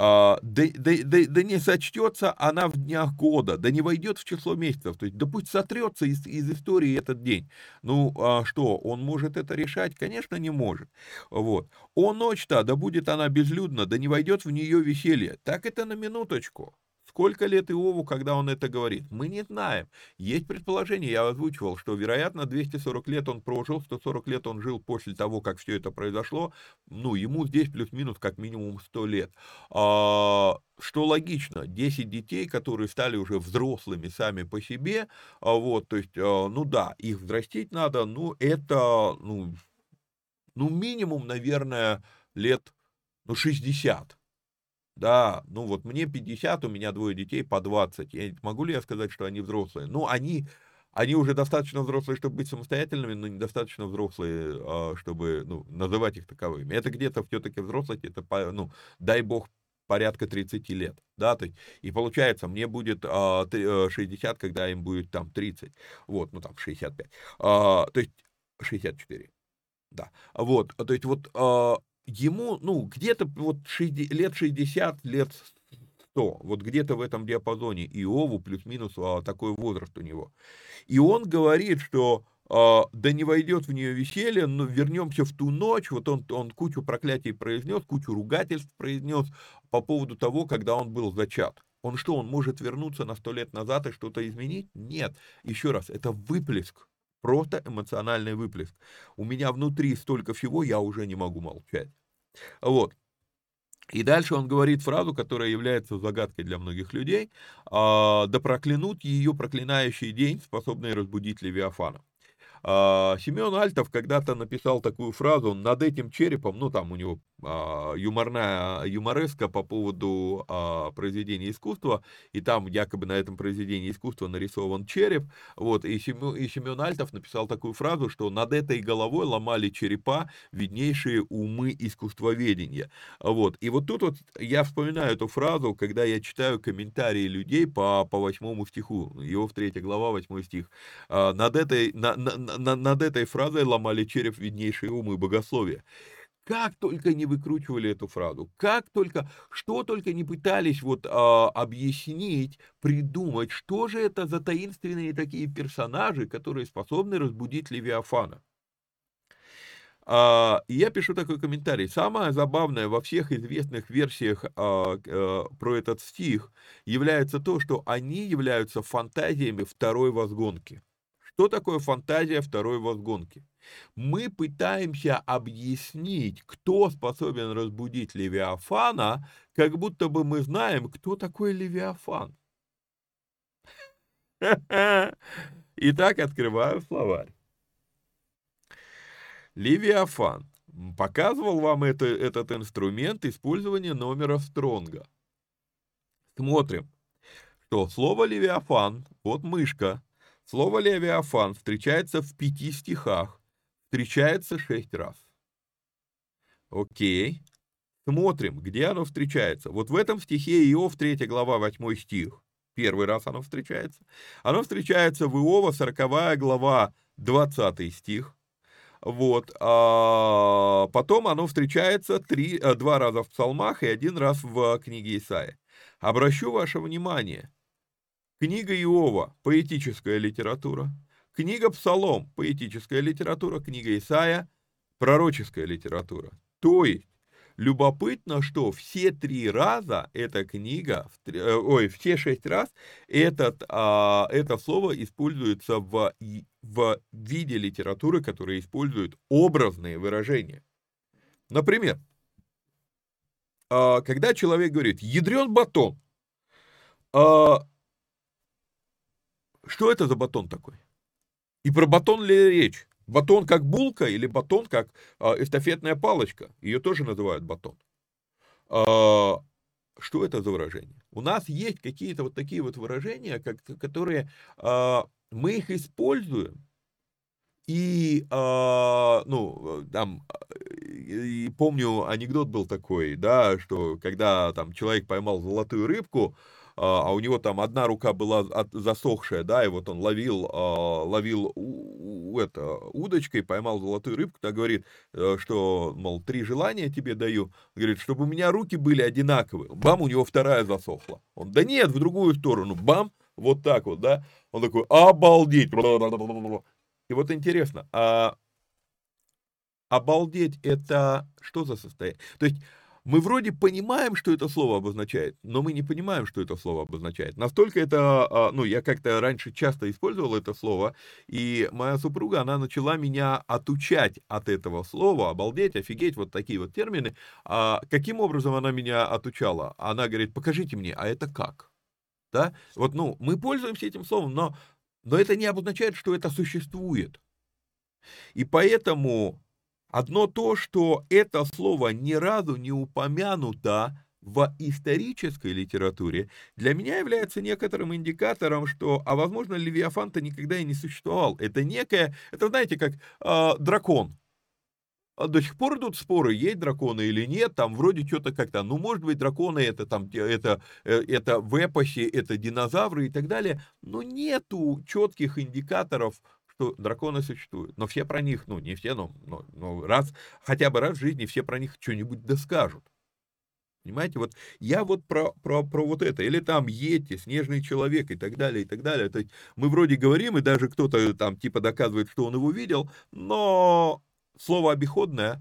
Да не сочтется она в днях года, да не войдет в число месяцев, то есть, да пусть сотрется из истории этот день. Ну, что, он может это решать? Конечно, не может. Вот. О, ночь-то, да будет она безлюдна, да не войдет в нее веселье. Так это на минуточку. Сколько лет Иову, когда он это говорит? Мы не знаем. Есть предположение, я озвучивал, что, вероятно, 240 лет он прожил, 140 лет он жил после того, как все это произошло. Ну, ему здесь плюс-минус как минимум 100 лет. Что логично, 10 детей, которые стали уже взрослыми сами по себе, вот, то есть, ну да, их взрастить надо, ну, это, ну, минимум, наверное, лет, 60. Да, ну вот мне 50, у меня двое детей по 20. Могу ли я сказать, что они взрослые? Ну, они уже достаточно взрослые, чтобы быть самостоятельными, но недостаточно взрослые, чтобы, ну, называть их таковыми. Это где-то все-таки взрослость, это, ну, дай бог, порядка 30 лет, да, то есть, и получается, мне будет 60, когда им будет там 30, вот, ну, там, 65, то есть, 64. Да, вот, то есть вот ему, ну, где-то вот лет 60, лет 100, вот где-то в этом диапазоне Иову плюс-минус такой возраст у него. И он говорит, что да не войдет в нее веселье, но вернемся в ту ночь, вот он кучу проклятий произнес, кучу ругательств произнес по поводу того, когда он был зачат. Он что, он может вернуться на 100 лет назад и что-то изменить? Нет. Еще раз, это выплеск. Просто эмоциональный выплеск. У меня внутри столько всего, я уже не могу молчать. Вот. И дальше он говорит фразу, которая является загадкой для многих людей. «Да проклянут ее проклинающий день, способный разбудить Левиафана». Семен Альтов когда-то написал такую фразу над этим черепом, ну там у него юмореска по поводу произведения искусства, и там якобы на этом произведении искусства нарисован череп, вот, и Семен Альтов написал такую фразу, что над этой головой ломали черепа виднейшие умы искусствоведения, вот, и вот тут вот я вспоминаю эту фразу, когда я читаю комментарии людей по 8 стиху, Иов 3 глава, 8 стих, над этой фразой ломали череп виднейшие умы богословия. Как только не выкручивали эту фразу, что только не пытались вот объяснить, придумать, что же это за таинственные такие персонажи, которые способны разбудить Левиафана. И я пишу такой комментарий. Самое забавное во всех известных версиях про этот стих является то, что они являются фантазиями второй возгонки. Что такое фантазия второй возгонки? Мы пытаемся объяснить, кто способен разбудить Левиафана, как будто бы мы знаем, кто такой Левиафан. Итак, открываю словарь. Левиафан. Показывал вам этот инструмент использования номера Стронга. Смотрим, что слово Левиафан, вот мышка, слово Левиафан встречается в 5 стихах, встречается 6 раз. Окей. Смотрим, где оно встречается. Вот в этом стихе Иов 3 глава 8 стих. Первый раз оно встречается. Оно встречается в Иова 40 глава 20 стих. Вот. Потом оно встречается 2 раза в псалмах и 1 раз в книге Исаия. Обращу ваше внимание. Книга Иова – поэтическая литература. Книга Псалом – поэтическая литература. Книга Исаия – пророческая литература. То есть, любопытно, что все 3 раза эта книга, все 6 раз это слово используется в виде литературы, которая использует образные выражения. Например, когда человек говорит «ядрен батон», что это за батон такой? И про батон ли речь? Батон как булка или батон как эстафетная палочка? Ее тоже называют батон. Что это за выражение? У нас есть какие-то вот такие вот выражения, которые мы их используем, и, и помню, анекдот был такой, да, что когда там человек поймал золотую рыбку, а у него там одна рука была засохшая, да, и вот он ловил удочкой, поймал золотую рыбку, так говорит, что, мол, 3 желания тебе даю, говорит, чтобы у меня руки были одинаковые, бам, у него вторая засохла, он, да нет, в другую сторону, бам, вот так вот, да, он такой, обалдеть, и вот интересно, обалдеть это что за состояние, то есть Мы вроде понимаем, что это слово обозначает, но мы не понимаем, что это слово обозначает. Настолько это, ну, я как-то раньше часто использовал это слово, и моя супруга, она начала меня отучать от этого слова, обалдеть, офигеть, вот такие вот термины. Каким образом она меня отучала? Она говорит, покажите мне, а это как? Да? Вот, ну, мы пользуемся этим словом, но это не обозначает, что это существует. И поэтому одно то, что это слово ни разу не упомянуто в исторической литературе, для меня является некоторым индикатором, что, возможно, Левиафан-то никогда и не существовал. Это некое, это знаете, как дракон. До сих пор идут споры, есть драконы или нет, там вроде что-то как-то, ну, может быть, драконы это в эпосе, это динозавры и так далее, но нету четких индикаторов, что драконы существуют. Но все про них, ну, не все, но хотя бы раз в жизни все про них что-нибудь доскажут. Понимаете, вот я вот про вот это, или там Йети, Снежный человек и так далее, и так далее. То есть мы вроде говорим, и даже кто-то там типа доказывает, что он его видел, но слово обиходное,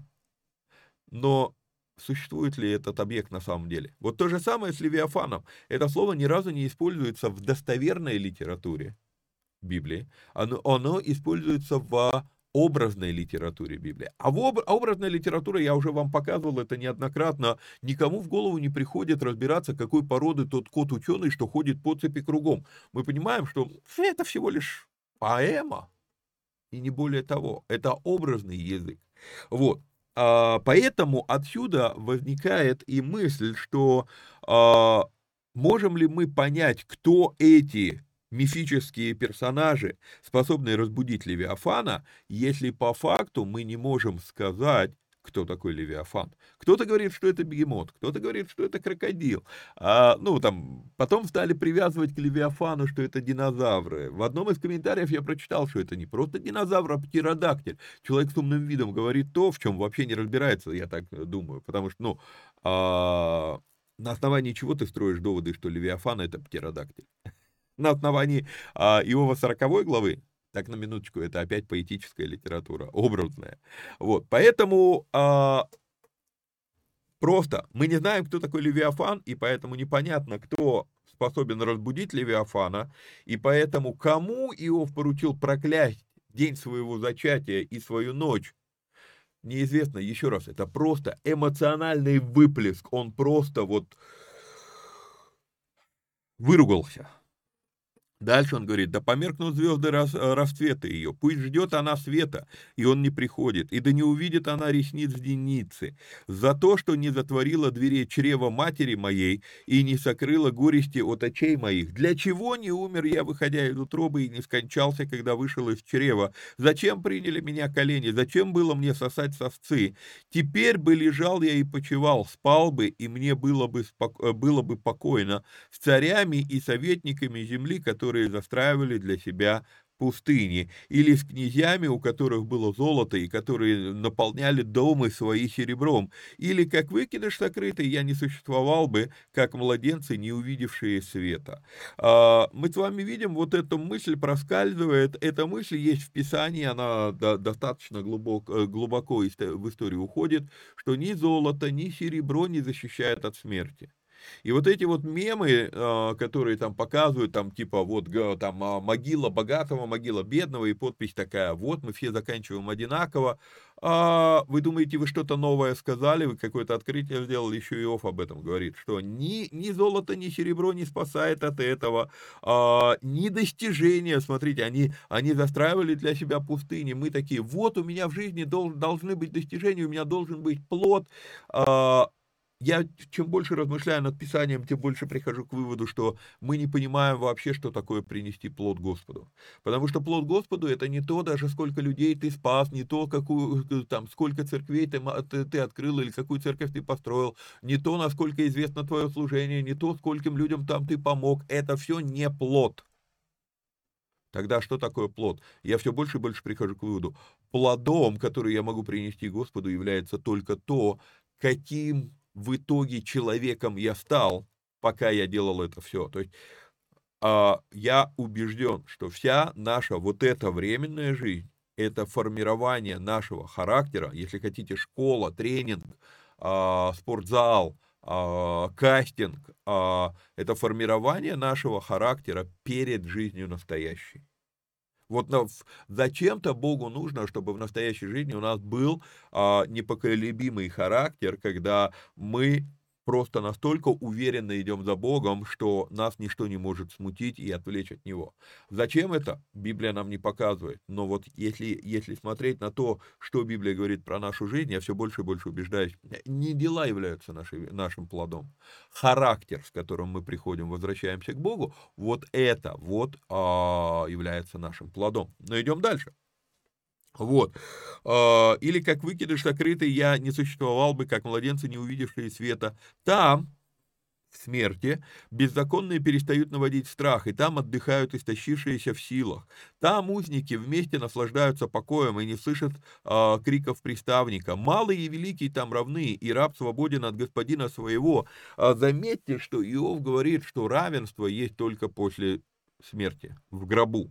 но существует ли этот объект на самом деле? Вот то же самое с Левиафаном. Это слово ни разу не используется в достоверной литературе Библии, оно используется в образной литературе Библии. Образная литература, я уже вам показывал это неоднократно, никому в голову не приходит разбираться, какой породы тот кот-ученый, что ходит по цепи кругом. Мы понимаем, что это всего лишь поэма, и не более того. Это образный язык. Вот. Поэтому отсюда возникает и мысль, что можем ли мы понять, кто эти мифические персонажи, способные разбудить Левиафана, если по факту мы не можем сказать, кто такой Левиафан. Кто-то говорит, что это бегемот, кто-то говорит, что это крокодил. Ну, там, потом стали привязывать к Левиафану, что это динозавры. В одном из комментариев я прочитал, что это не просто динозавр, а птеродактиль. Человек с умным видом говорит то, в чем вообще не разбирается, я так думаю. Потому что, ну, на основании чего ты строишь доводы, что Левиафан это птеродактиль? На основании Иова 40 главы, так, на минуточку, это опять поэтическая литература, образная. Вот, поэтому просто мы не знаем, кто такой Левиафан, и поэтому непонятно, кто способен разбудить Левиафана, и поэтому кому Иов поручил проклясть день своего зачатия и свою ночь, неизвестно. Еще раз, это просто эмоциональный выплеск, он просто вот выругался. Дальше он говорит, да померкнут звезды расцвета ее, пусть ждет она света, и он не приходит, и да не увидит она ресниц деницы, за то, что не затворила дверей чрева матери моей, и не сокрыла горести от очей моих. Для чего не умер я, выходя из утробы, и не скончался, когда вышел из чрева? Зачем приняли меня колени? Зачем было мне сосать сосцы? Теперь бы лежал я и почивал, спал бы, и мне было бы покойно, с царями и советниками земли, которые застраивали для себя пустыни, или с князьями, у которых было золото, и которые наполняли дома свои серебром, или как выкидыш сокрытый, я не существовал бы, как младенцы, не увидевшие света. Мы с вами видим, вот эта мысль проскальзывает, эта мысль есть в Писании, она достаточно глубоко в историю уходит, что ни золото, ни серебро не защищает от смерти. И вот эти вот мемы, которые там показывают, там типа вот там могила богатого, могила бедного, и подпись такая, вот мы все заканчиваем одинаково. Вы думаете, вы что-то новое сказали, вы какое-то открытие сделали, еще Иов об этом говорит, что ни золото, ни серебро не спасает от этого, ни достижения, смотрите, они застраивали для себя пустыни, мы такие, вот у меня в жизни должны быть достижения, у меня должен быть плод. Я чем больше размышляю над Писанием, тем больше прихожу к выводу, что мы не понимаем вообще, что такое принести плод Господу. Потому что плод Господу это не то, даже сколько людей ты спас, не то, там, сколько церквей ты открыл или какую церковь ты построил, не то, насколько известно твое служение, не то, скольким людям там ты помог. Это все не плод. Тогда что такое плод? Я все больше и больше прихожу к выводу. Плодом, который я могу принести Господу, является только то, каким в итоге человеком я стал, пока я делал это все. То есть я убежден, что вся наша вот эта временная жизнь, это формирование нашего характера, если хотите, школа, тренинг, спортзал, кастинг, это формирование нашего характера перед жизнью настоящей. Вот зачем-то Богу нужно, чтобы в настоящей жизни у нас был непоколебимый характер, когда мы просто настолько уверенно идем за Богом, что нас ничто не может смутить и отвлечь от Него. Зачем это? Библия нам не показывает. Но вот если смотреть на то, что Библия говорит про нашу жизнь, я все больше и больше убеждаюсь, не дела являются нашим плодом. Характер, с которым мы приходим, возвращаемся к Богу, вот это вот является нашим плодом. Но идем дальше. Вот. Или как выкидыш сокрытый, я не существовал бы, как младенцы, не увидевшие света. Там, в смерти, беззаконные перестают наводить страх, и там отдыхают истощившиеся в силах. Там узники вместе наслаждаются покоем и не слышат криков приставника. Малый и великий там равны, и раб свободен от господина своего. Заметьте, что Иов говорит, что равенство есть только после смерти, в гробу.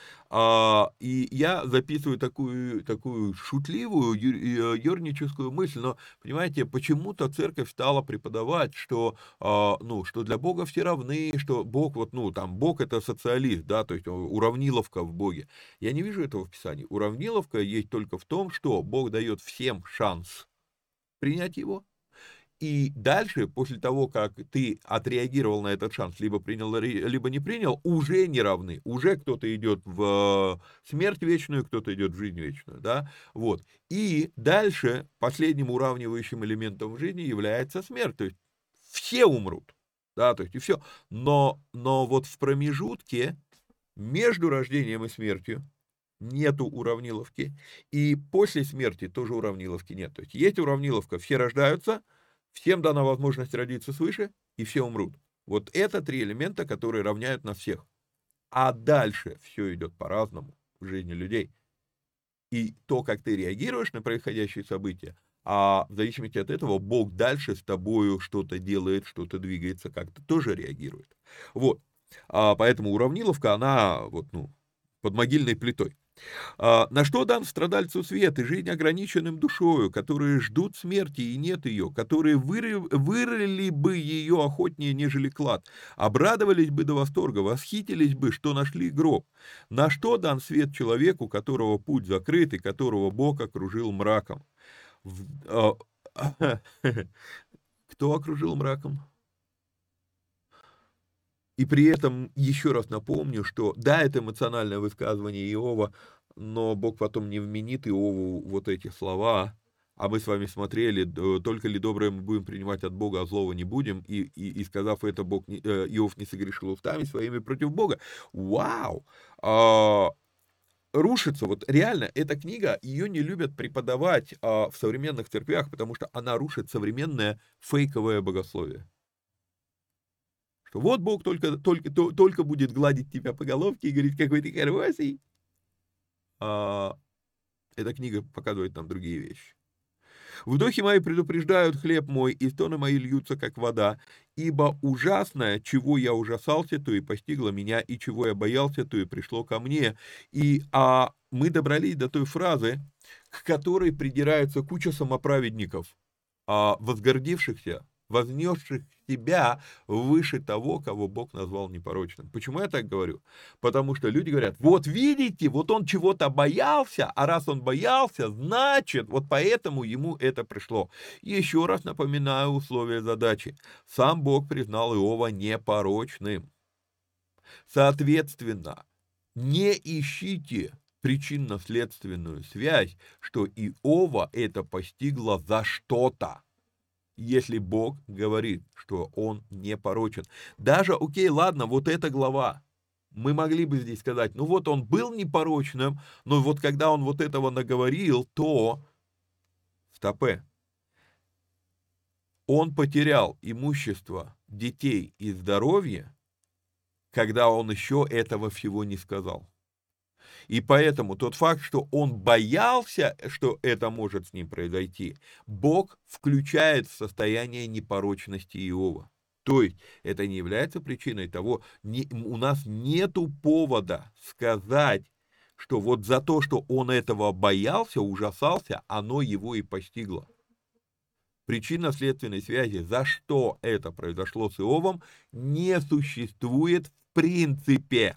И я записываю такую шутливую, ерническую мысль, но, понимаете, почему-то церковь стала преподавать, что, что для Бога все равны, что Бог, Бог это социалист, да, то есть уравниловка в Боге. Я не вижу этого в Писании. Уравниловка есть только в том, что Бог дает всем шанс принять его. И дальше, после того, как ты отреагировал на этот шанс, либо принял, либо не принял, уже не равны. Уже кто-то идет в смерть вечную, кто-то идет в жизнь вечную. Да? Вот. И дальше последним уравнивающим элементом в жизни является смерть. То есть все умрут. Да, то есть и все. Но вот в промежутке между рождением и смертью нету уравниловки. И после смерти тоже уравниловки нет. То есть есть уравниловка, все рождаются, всем дана возможность родиться свыше, и все умрут. Вот это три элемента, которые равняют нас всех. А дальше все идет по-разному в жизни людей. И то, как ты реагируешь на происходящие события, в зависимости от этого Бог дальше с тобою что-то делает, что-то двигается, как-то тоже реагирует. Вот. Поэтому уравниловка, она под могильной плитой. На что дан страдальцу свет и жизнь ограниченным душою, которые ждут смерти и нет ее, которые вырыли бы ее охотнее, нежели клад, обрадовались бы до восторга, восхитились бы, что нашли гроб. На что дан свет человеку, которого путь закрыт и которого Бог окружил мраком? Кто окружил мраком? И при этом еще раз напомню, что да, это эмоциональное высказывание Иова, но Бог потом не вменит Иову вот эти слова, а мы с вами смотрели, только ли доброе мы будем принимать от Бога, а злого не будем, и сказав это, Иов не согрешил устами своими против Бога. Вау! Рушится, вот реально, эта книга, ее не любят преподавать в современных церквях, потому что она рушит современное фейковое богословие. Что вот Бог только будет гладить тебя по головке и говорить, какой ты хороший. Эта книга показывает нам другие вещи. Вдохи мои предупреждают хлеб мой, и стоны мои льются, как вода. Ибо ужасное, чего я ужасался, то и постигло меня, и чего я боялся, то и пришло ко мне. И мы добрались до той фразы, к которой придираются куча самоправедников, возгордившихся, вознесших себя выше того, кого Бог назвал непорочным. Почему я так говорю? Потому что люди говорят, вот видите, вот он чего-то боялся, а раз он боялся, значит, вот поэтому ему это пришло. Еще раз напоминаю условия задачи. Сам Бог признал Иова непорочным. Соответственно, не ищите причинно-следственную связь, что Иова это постигло за что-то. Если Бог говорит, что он непорочен. Даже, окей, ладно, вот эта глава. Мы могли бы здесь сказать, ну вот он был непорочным, но вот когда он вот этого наговорил, то... Стопэ. Он потерял имущество, детей и здоровье, когда он еще этого всего не сказал. И поэтому тот факт, что он боялся, что это может с ним произойти, Бог включает в состояние непорочности Иова. То есть это не является причиной того, у нас нету повода сказать, что вот за то, что он этого боялся, ужасался, оно его и постигло. причинно-следственной связи, за что это произошло с Иовом, не существует в принципе.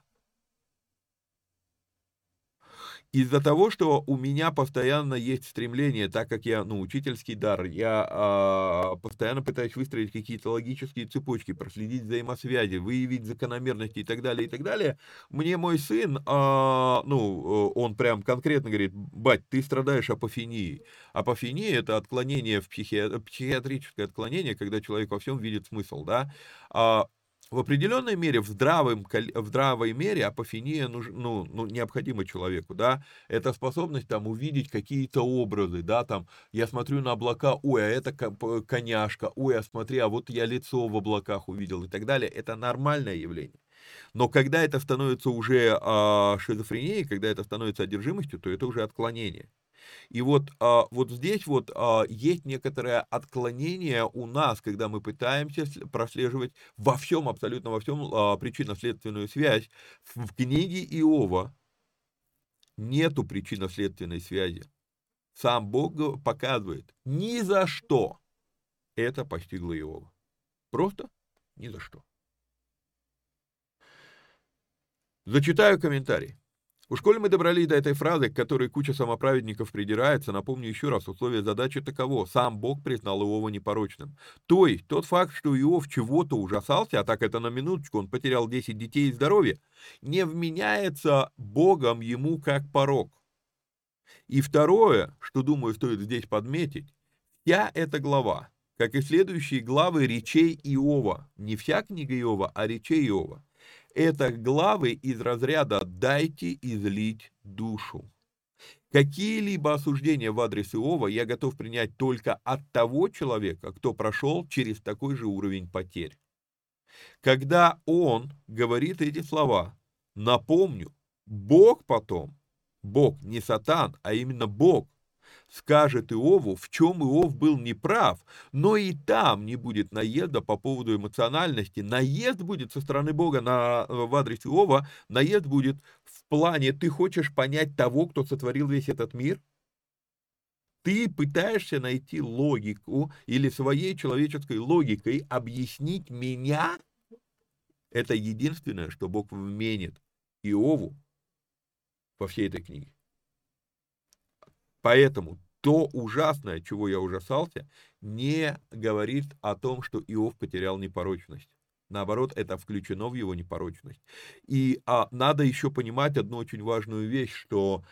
Из-за того, что у меня постоянно есть стремление, так как я, учительский дар, я постоянно пытаюсь выстроить какие-то логические цепочки, проследить взаимосвязи, выявить закономерности и так далее, мне мой сын, он прям конкретно говорит: бать, ты страдаешь апофенией. Апофения — это отклонение, психиатрическое отклонение, когда человек во всем видит смысл, да. В определенной мере, в здравой мере апофения необходима человеку, да, это способность там увидеть какие-то образы, да, там, я смотрю на облака, ой, а это коняшка, ой, а смотри, а вот я лицо в облаках увидел и так далее, это нормальное явление. Но когда это становится уже шизофренией, когда это становится одержимостью, то это уже отклонение. И вот здесь есть некоторое отклонение у нас, когда мы пытаемся прослеживать абсолютно во всем причинно-следственную связь. В книге Иова нету причинно-следственной связи. Сам Бог показывает: ни за что это постигло Иова. Просто ни за что. Зачитаю комментарий. Уж коли мы добрались до этой фразы, к которой куча самоправедников придирается, напомню еще раз, условие задачи таково: сам Бог признал Иова непорочным. То есть, тот факт, что Иов чего-то ужасался, а так это на минуточку, он потерял 10 детей и здоровье, не вменяется Богом ему как порок. И второе, что, думаю, стоит здесь подметить, вся эта глава, как и следующие главы речей Иова, не вся книга Иова, а речей Иова, это главы из разряда «дайте излить душу». Какие-либо осуждения в адрес Иова я готов принять только от того человека, кто прошел через такой же уровень потерь. Когда он говорит эти слова, напомню, Бог не Сатан, а именно Бог, скажет Иову, в чем Иов был неправ, но и там не будет наезда по поводу эмоциональности. Наезд будет со стороны Бога в адрес Иова, наезд будет в плане: ты хочешь понять того, кто сотворил весь этот мир? Ты пытаешься найти логику или своей человеческой логикой объяснить меня? Это единственное, что Бог вменит Иову во всей этой книге. Поэтому то ужасное, чего я ужасался, не говорит о том, что Иов потерял непорочность. Наоборот, это включено в его непорочность. И надо еще понимать одну очень важную вещь, что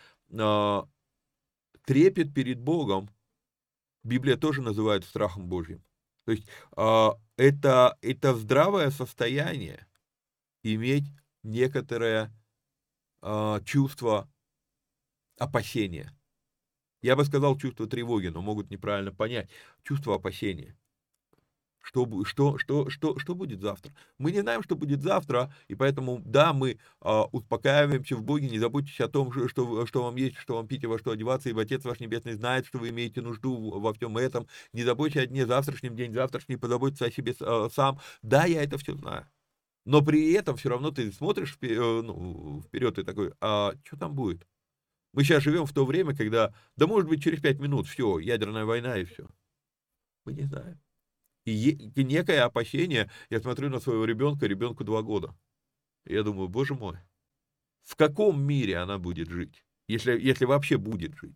трепет перед Богом Библия тоже называет страхом Божьим. То есть это здравое состояние иметь некоторое чувство опасения. Я бы сказал чувство тревоги, но могут неправильно понять. Чувство опасения. Что будет завтра? Мы не знаем, что будет завтра, и поэтому, да, мы успокаиваемся в Боге, не заботьтесь о том, что вам есть, что вам пить и во что одеваться, ибо Отец ваш Небесный знает, что вы имеете нужду во всем этом. Не заботьтесь о дне завтрашнем, день завтрашний, позаботьтесь о себе сам. Да, я это все знаю. Но при этом все равно ты смотришь вперед и такой: что там будет? Мы сейчас живем в то время, когда, да может быть через 5 минут, все, ядерная война и все. Мы не знаем. И некое опасение, я смотрю на своего ребенку 2 года. И я думаю: боже мой, в каком мире она будет жить, если вообще будет жить?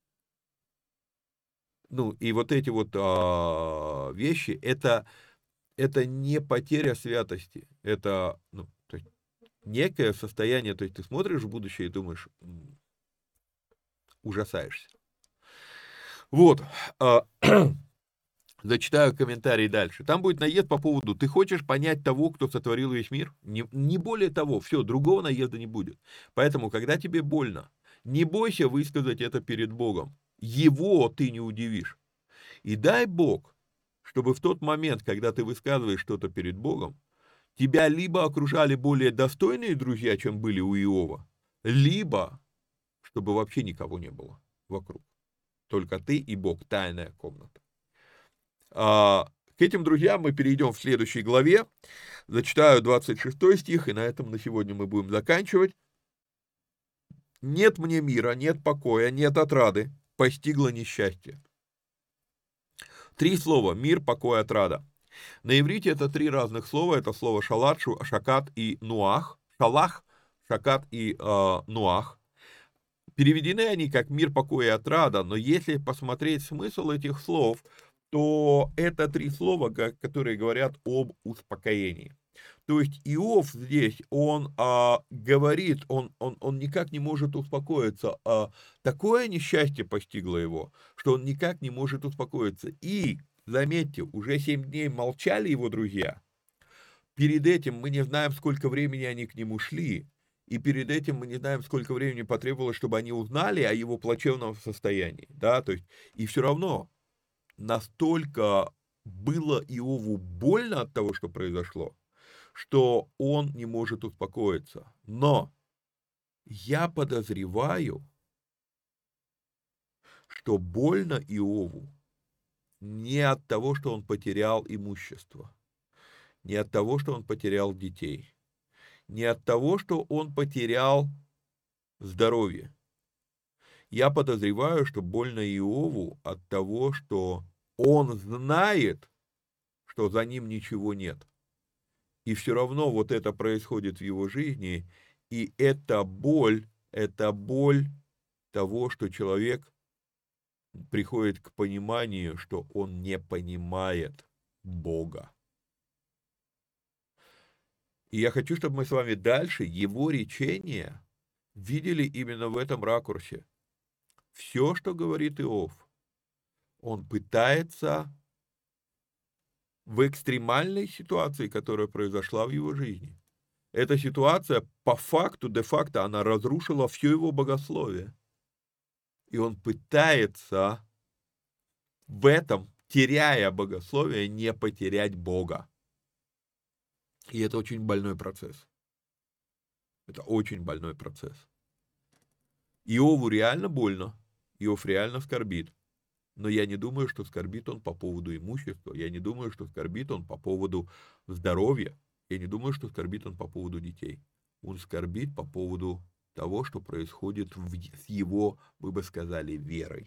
И вот эти вещи, это не потеря святости, это то есть некое состояние, то есть ты смотришь в будущее и думаешь, ужасаешься. Зачитаю комментарий дальше. Там будет наезд по поводу: ты хочешь понять того, кто сотворил весь мир? Не более того, все, другого наезда не будет. Поэтому, когда тебе больно, не бойся высказать это перед Богом. Его ты не удивишь. И дай Бог, чтобы в тот момент, когда ты высказываешь что-то перед Богом, тебя либо окружали более достойные друзья, чем были у Иова, либо чтобы вообще никого не было вокруг. Только ты и Бог, тайная комната. К этим друзьям мы перейдем в следующей главе. Зачитаю 26 стих, и на этом на сегодня мы будем заканчивать. «Нет мне мира, нет покоя, нет отрады, постигло несчастье. 3 слова: мир, покой, отрада. На иврите это 3 разных слова. Это слово шалат, шакат и нуах. Шалах, шакат и нуах. Переведены они как мир, покой и отрада, но если посмотреть смысл этих слов, то это 3 слова, которые говорят об успокоении. То есть Иов здесь, он говорит, он никак не может успокоиться. Такое несчастье постигло его, что он никак не может успокоиться. И, заметьте, уже 7 дней молчали его друзья. Перед этим мы не знаем, сколько времени они к нему шли. И перед этим мы не знаем, сколько времени потребовалось, чтобы они узнали о его плачевном состоянии. Да? То есть, и все равно настолько было Иову больно от того, что произошло, что он не может успокоиться. Но я подозреваю, что больно Иову не от того, что он потерял имущество, не от того, что он потерял детей, не от того, что он потерял здоровье. Я подозреваю, что больно Иову от того, что он знает, что за ним ничего нет. И все равно вот это происходит в его жизни, и это боль того, что человек приходит к пониманию, что он не понимает Бога. И я хочу, чтобы мы с вами дальше его речение видели именно в этом ракурсе. Все, что говорит Иов, он пытается в экстремальной ситуации, которая произошла в его жизни. Эта ситуация по факту, де-факто, она разрушила все его богословие. И он пытается в этом, теряя богословие, не потерять Бога. И это очень больной процесс. Это очень больной процесс. Иову реально больно. Иов реально скорбит. Но я не думаю, что скорбит он по поводу имущества. Я не думаю, что скорбит он по поводу здоровья. Я не думаю, что скорбит он по поводу детей. Он скорбит по поводу того, что происходит с его, мы бы сказали, верой.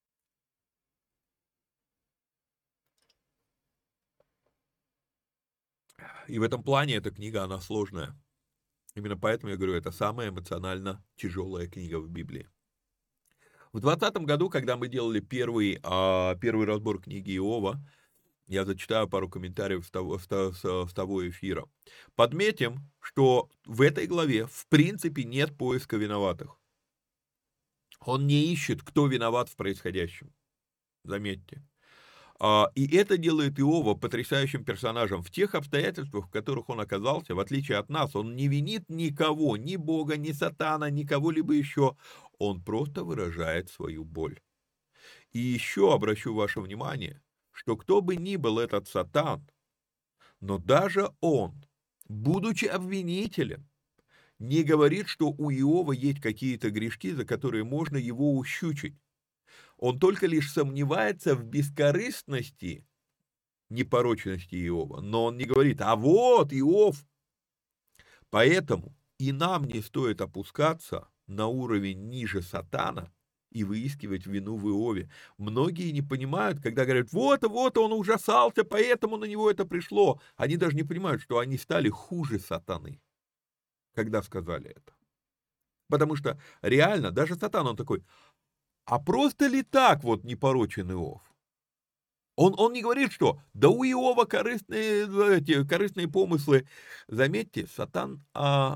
И в этом плане эта книга, она сложная. Именно поэтому я говорю, это самая эмоционально тяжелая книга в Библии. В 2020 году, когда мы делали первый разбор книги Иова, я зачитаю пару комментариев с того эфира. Подметим, что в этой главе в принципе нет поиска виноватых. Он не ищет, кто виноват в происходящем. Заметьте. И это делает Иова потрясающим персонажем. В тех обстоятельствах, в которых он оказался, в отличие от нас, он не винит никого, ни Бога, ни Сатана, ни кого-либо еще. Он просто выражает свою боль. И еще обращу ваше внимание, что кто бы ни был этот Сатан, но даже он, будучи обвинителем, не говорит, что у Иова есть какие-то грешки, за которые можно его ущучить. Он только лишь сомневается в бескорыстности, непорочности Иова, но он не говорит, а вот Иов. Поэтому и нам не стоит опускаться на уровень ниже Сатана и выискивать вину в Иове. Многие не понимают, когда говорят, вот, он ужасался, поэтому на него это пришло. Они даже не понимают, что они стали хуже сатаны, когда сказали это. Потому что реально, даже Сатан, он такой, а просто ли так вот непорочен Иов? Он не говорит, что да у Иова корыстные помыслы. Заметьте, Сатан,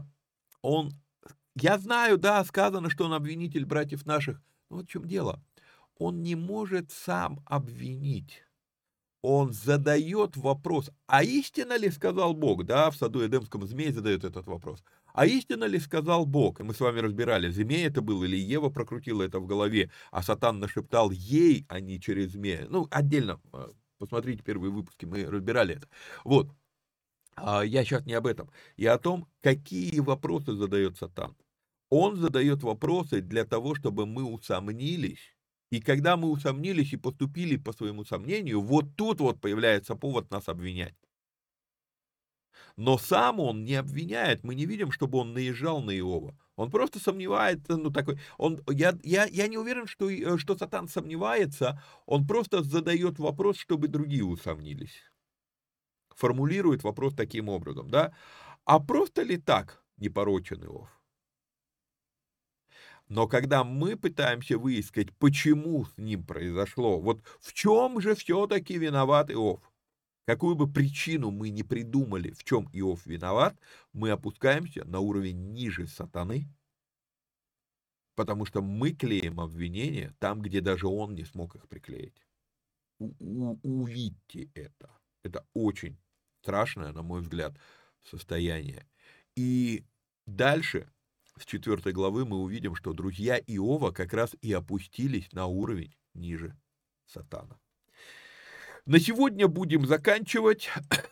я знаю, да, сказано, что он обвинитель братьев наших. Но вот в чем дело. Он не может сам обвинить. Он задает вопрос, а истинно ли сказал Бог? Да, в саду Эдемском змей задает этот вопрос. А истинно ли сказал Бог? И мы с вами разбирали, змей это был или Ева прокрутила это в голове, а Сатан нашептал ей, а не через змея. Ну, отдельно, посмотрите первые выпуски, мы разбирали это. Вот, я сейчас не об этом. Я о том, какие вопросы задает Сатан. Он задает вопросы для того, чтобы мы усомнились. И когда мы усомнились и поступили по своему сомнению, вот тут вот появляется повод нас обвинять. Но сам он не обвиняет, мы не видим, чтобы он наезжал на Иова. Он просто сомневается, ну такой, я не уверен, что Сатан сомневается, он просто задает вопрос, чтобы другие усомнились. Формулирует вопрос таким образом, да? А просто ли так непорочен Иов? Но когда мы пытаемся выискать, почему с ним произошло, вот в чем же все-таки виноват Иов, какую бы причину мы ни придумали, в чем Иов виноват, мы опускаемся на уровень ниже сатаны, потому что мы клеим обвинения там, где даже он не смог их приклеить. Увидьте это. Это очень страшное, на мой взгляд, состояние. И дальше, с 4 главы, мы увидим, что друзья Иова как раз и опустились на уровень ниже сатана. На сегодня будем заканчивать.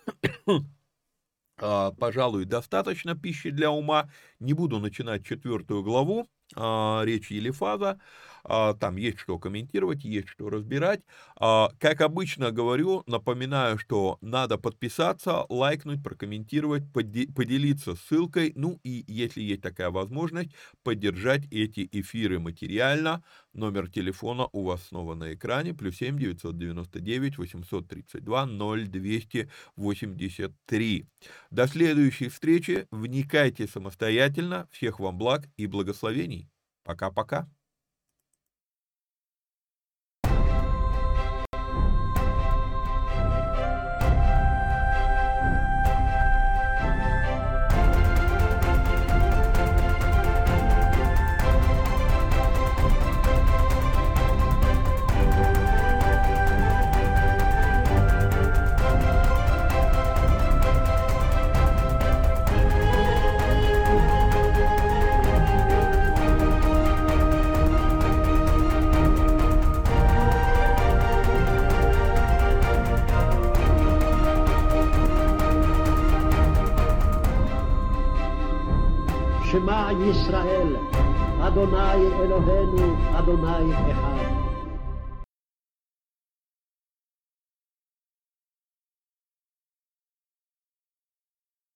Пожалуй, достаточно пищи для ума. Не буду начинать 4 главу, речь Елифаза. Там есть что комментировать, есть что разбирать. Как обычно говорю, напоминаю, что надо подписаться, лайкнуть, прокомментировать, поделиться ссылкой. Ну и, если есть такая возможность, поддержать эти эфиры материально. Номер телефона у вас снова на экране. +7 999 832 0283. До следующей встречи. Вникайте самостоятельно. Всех вам благ и благословений. Пока-пока. שמע ישראל, אדוני אלוהינו, אדוני אחד.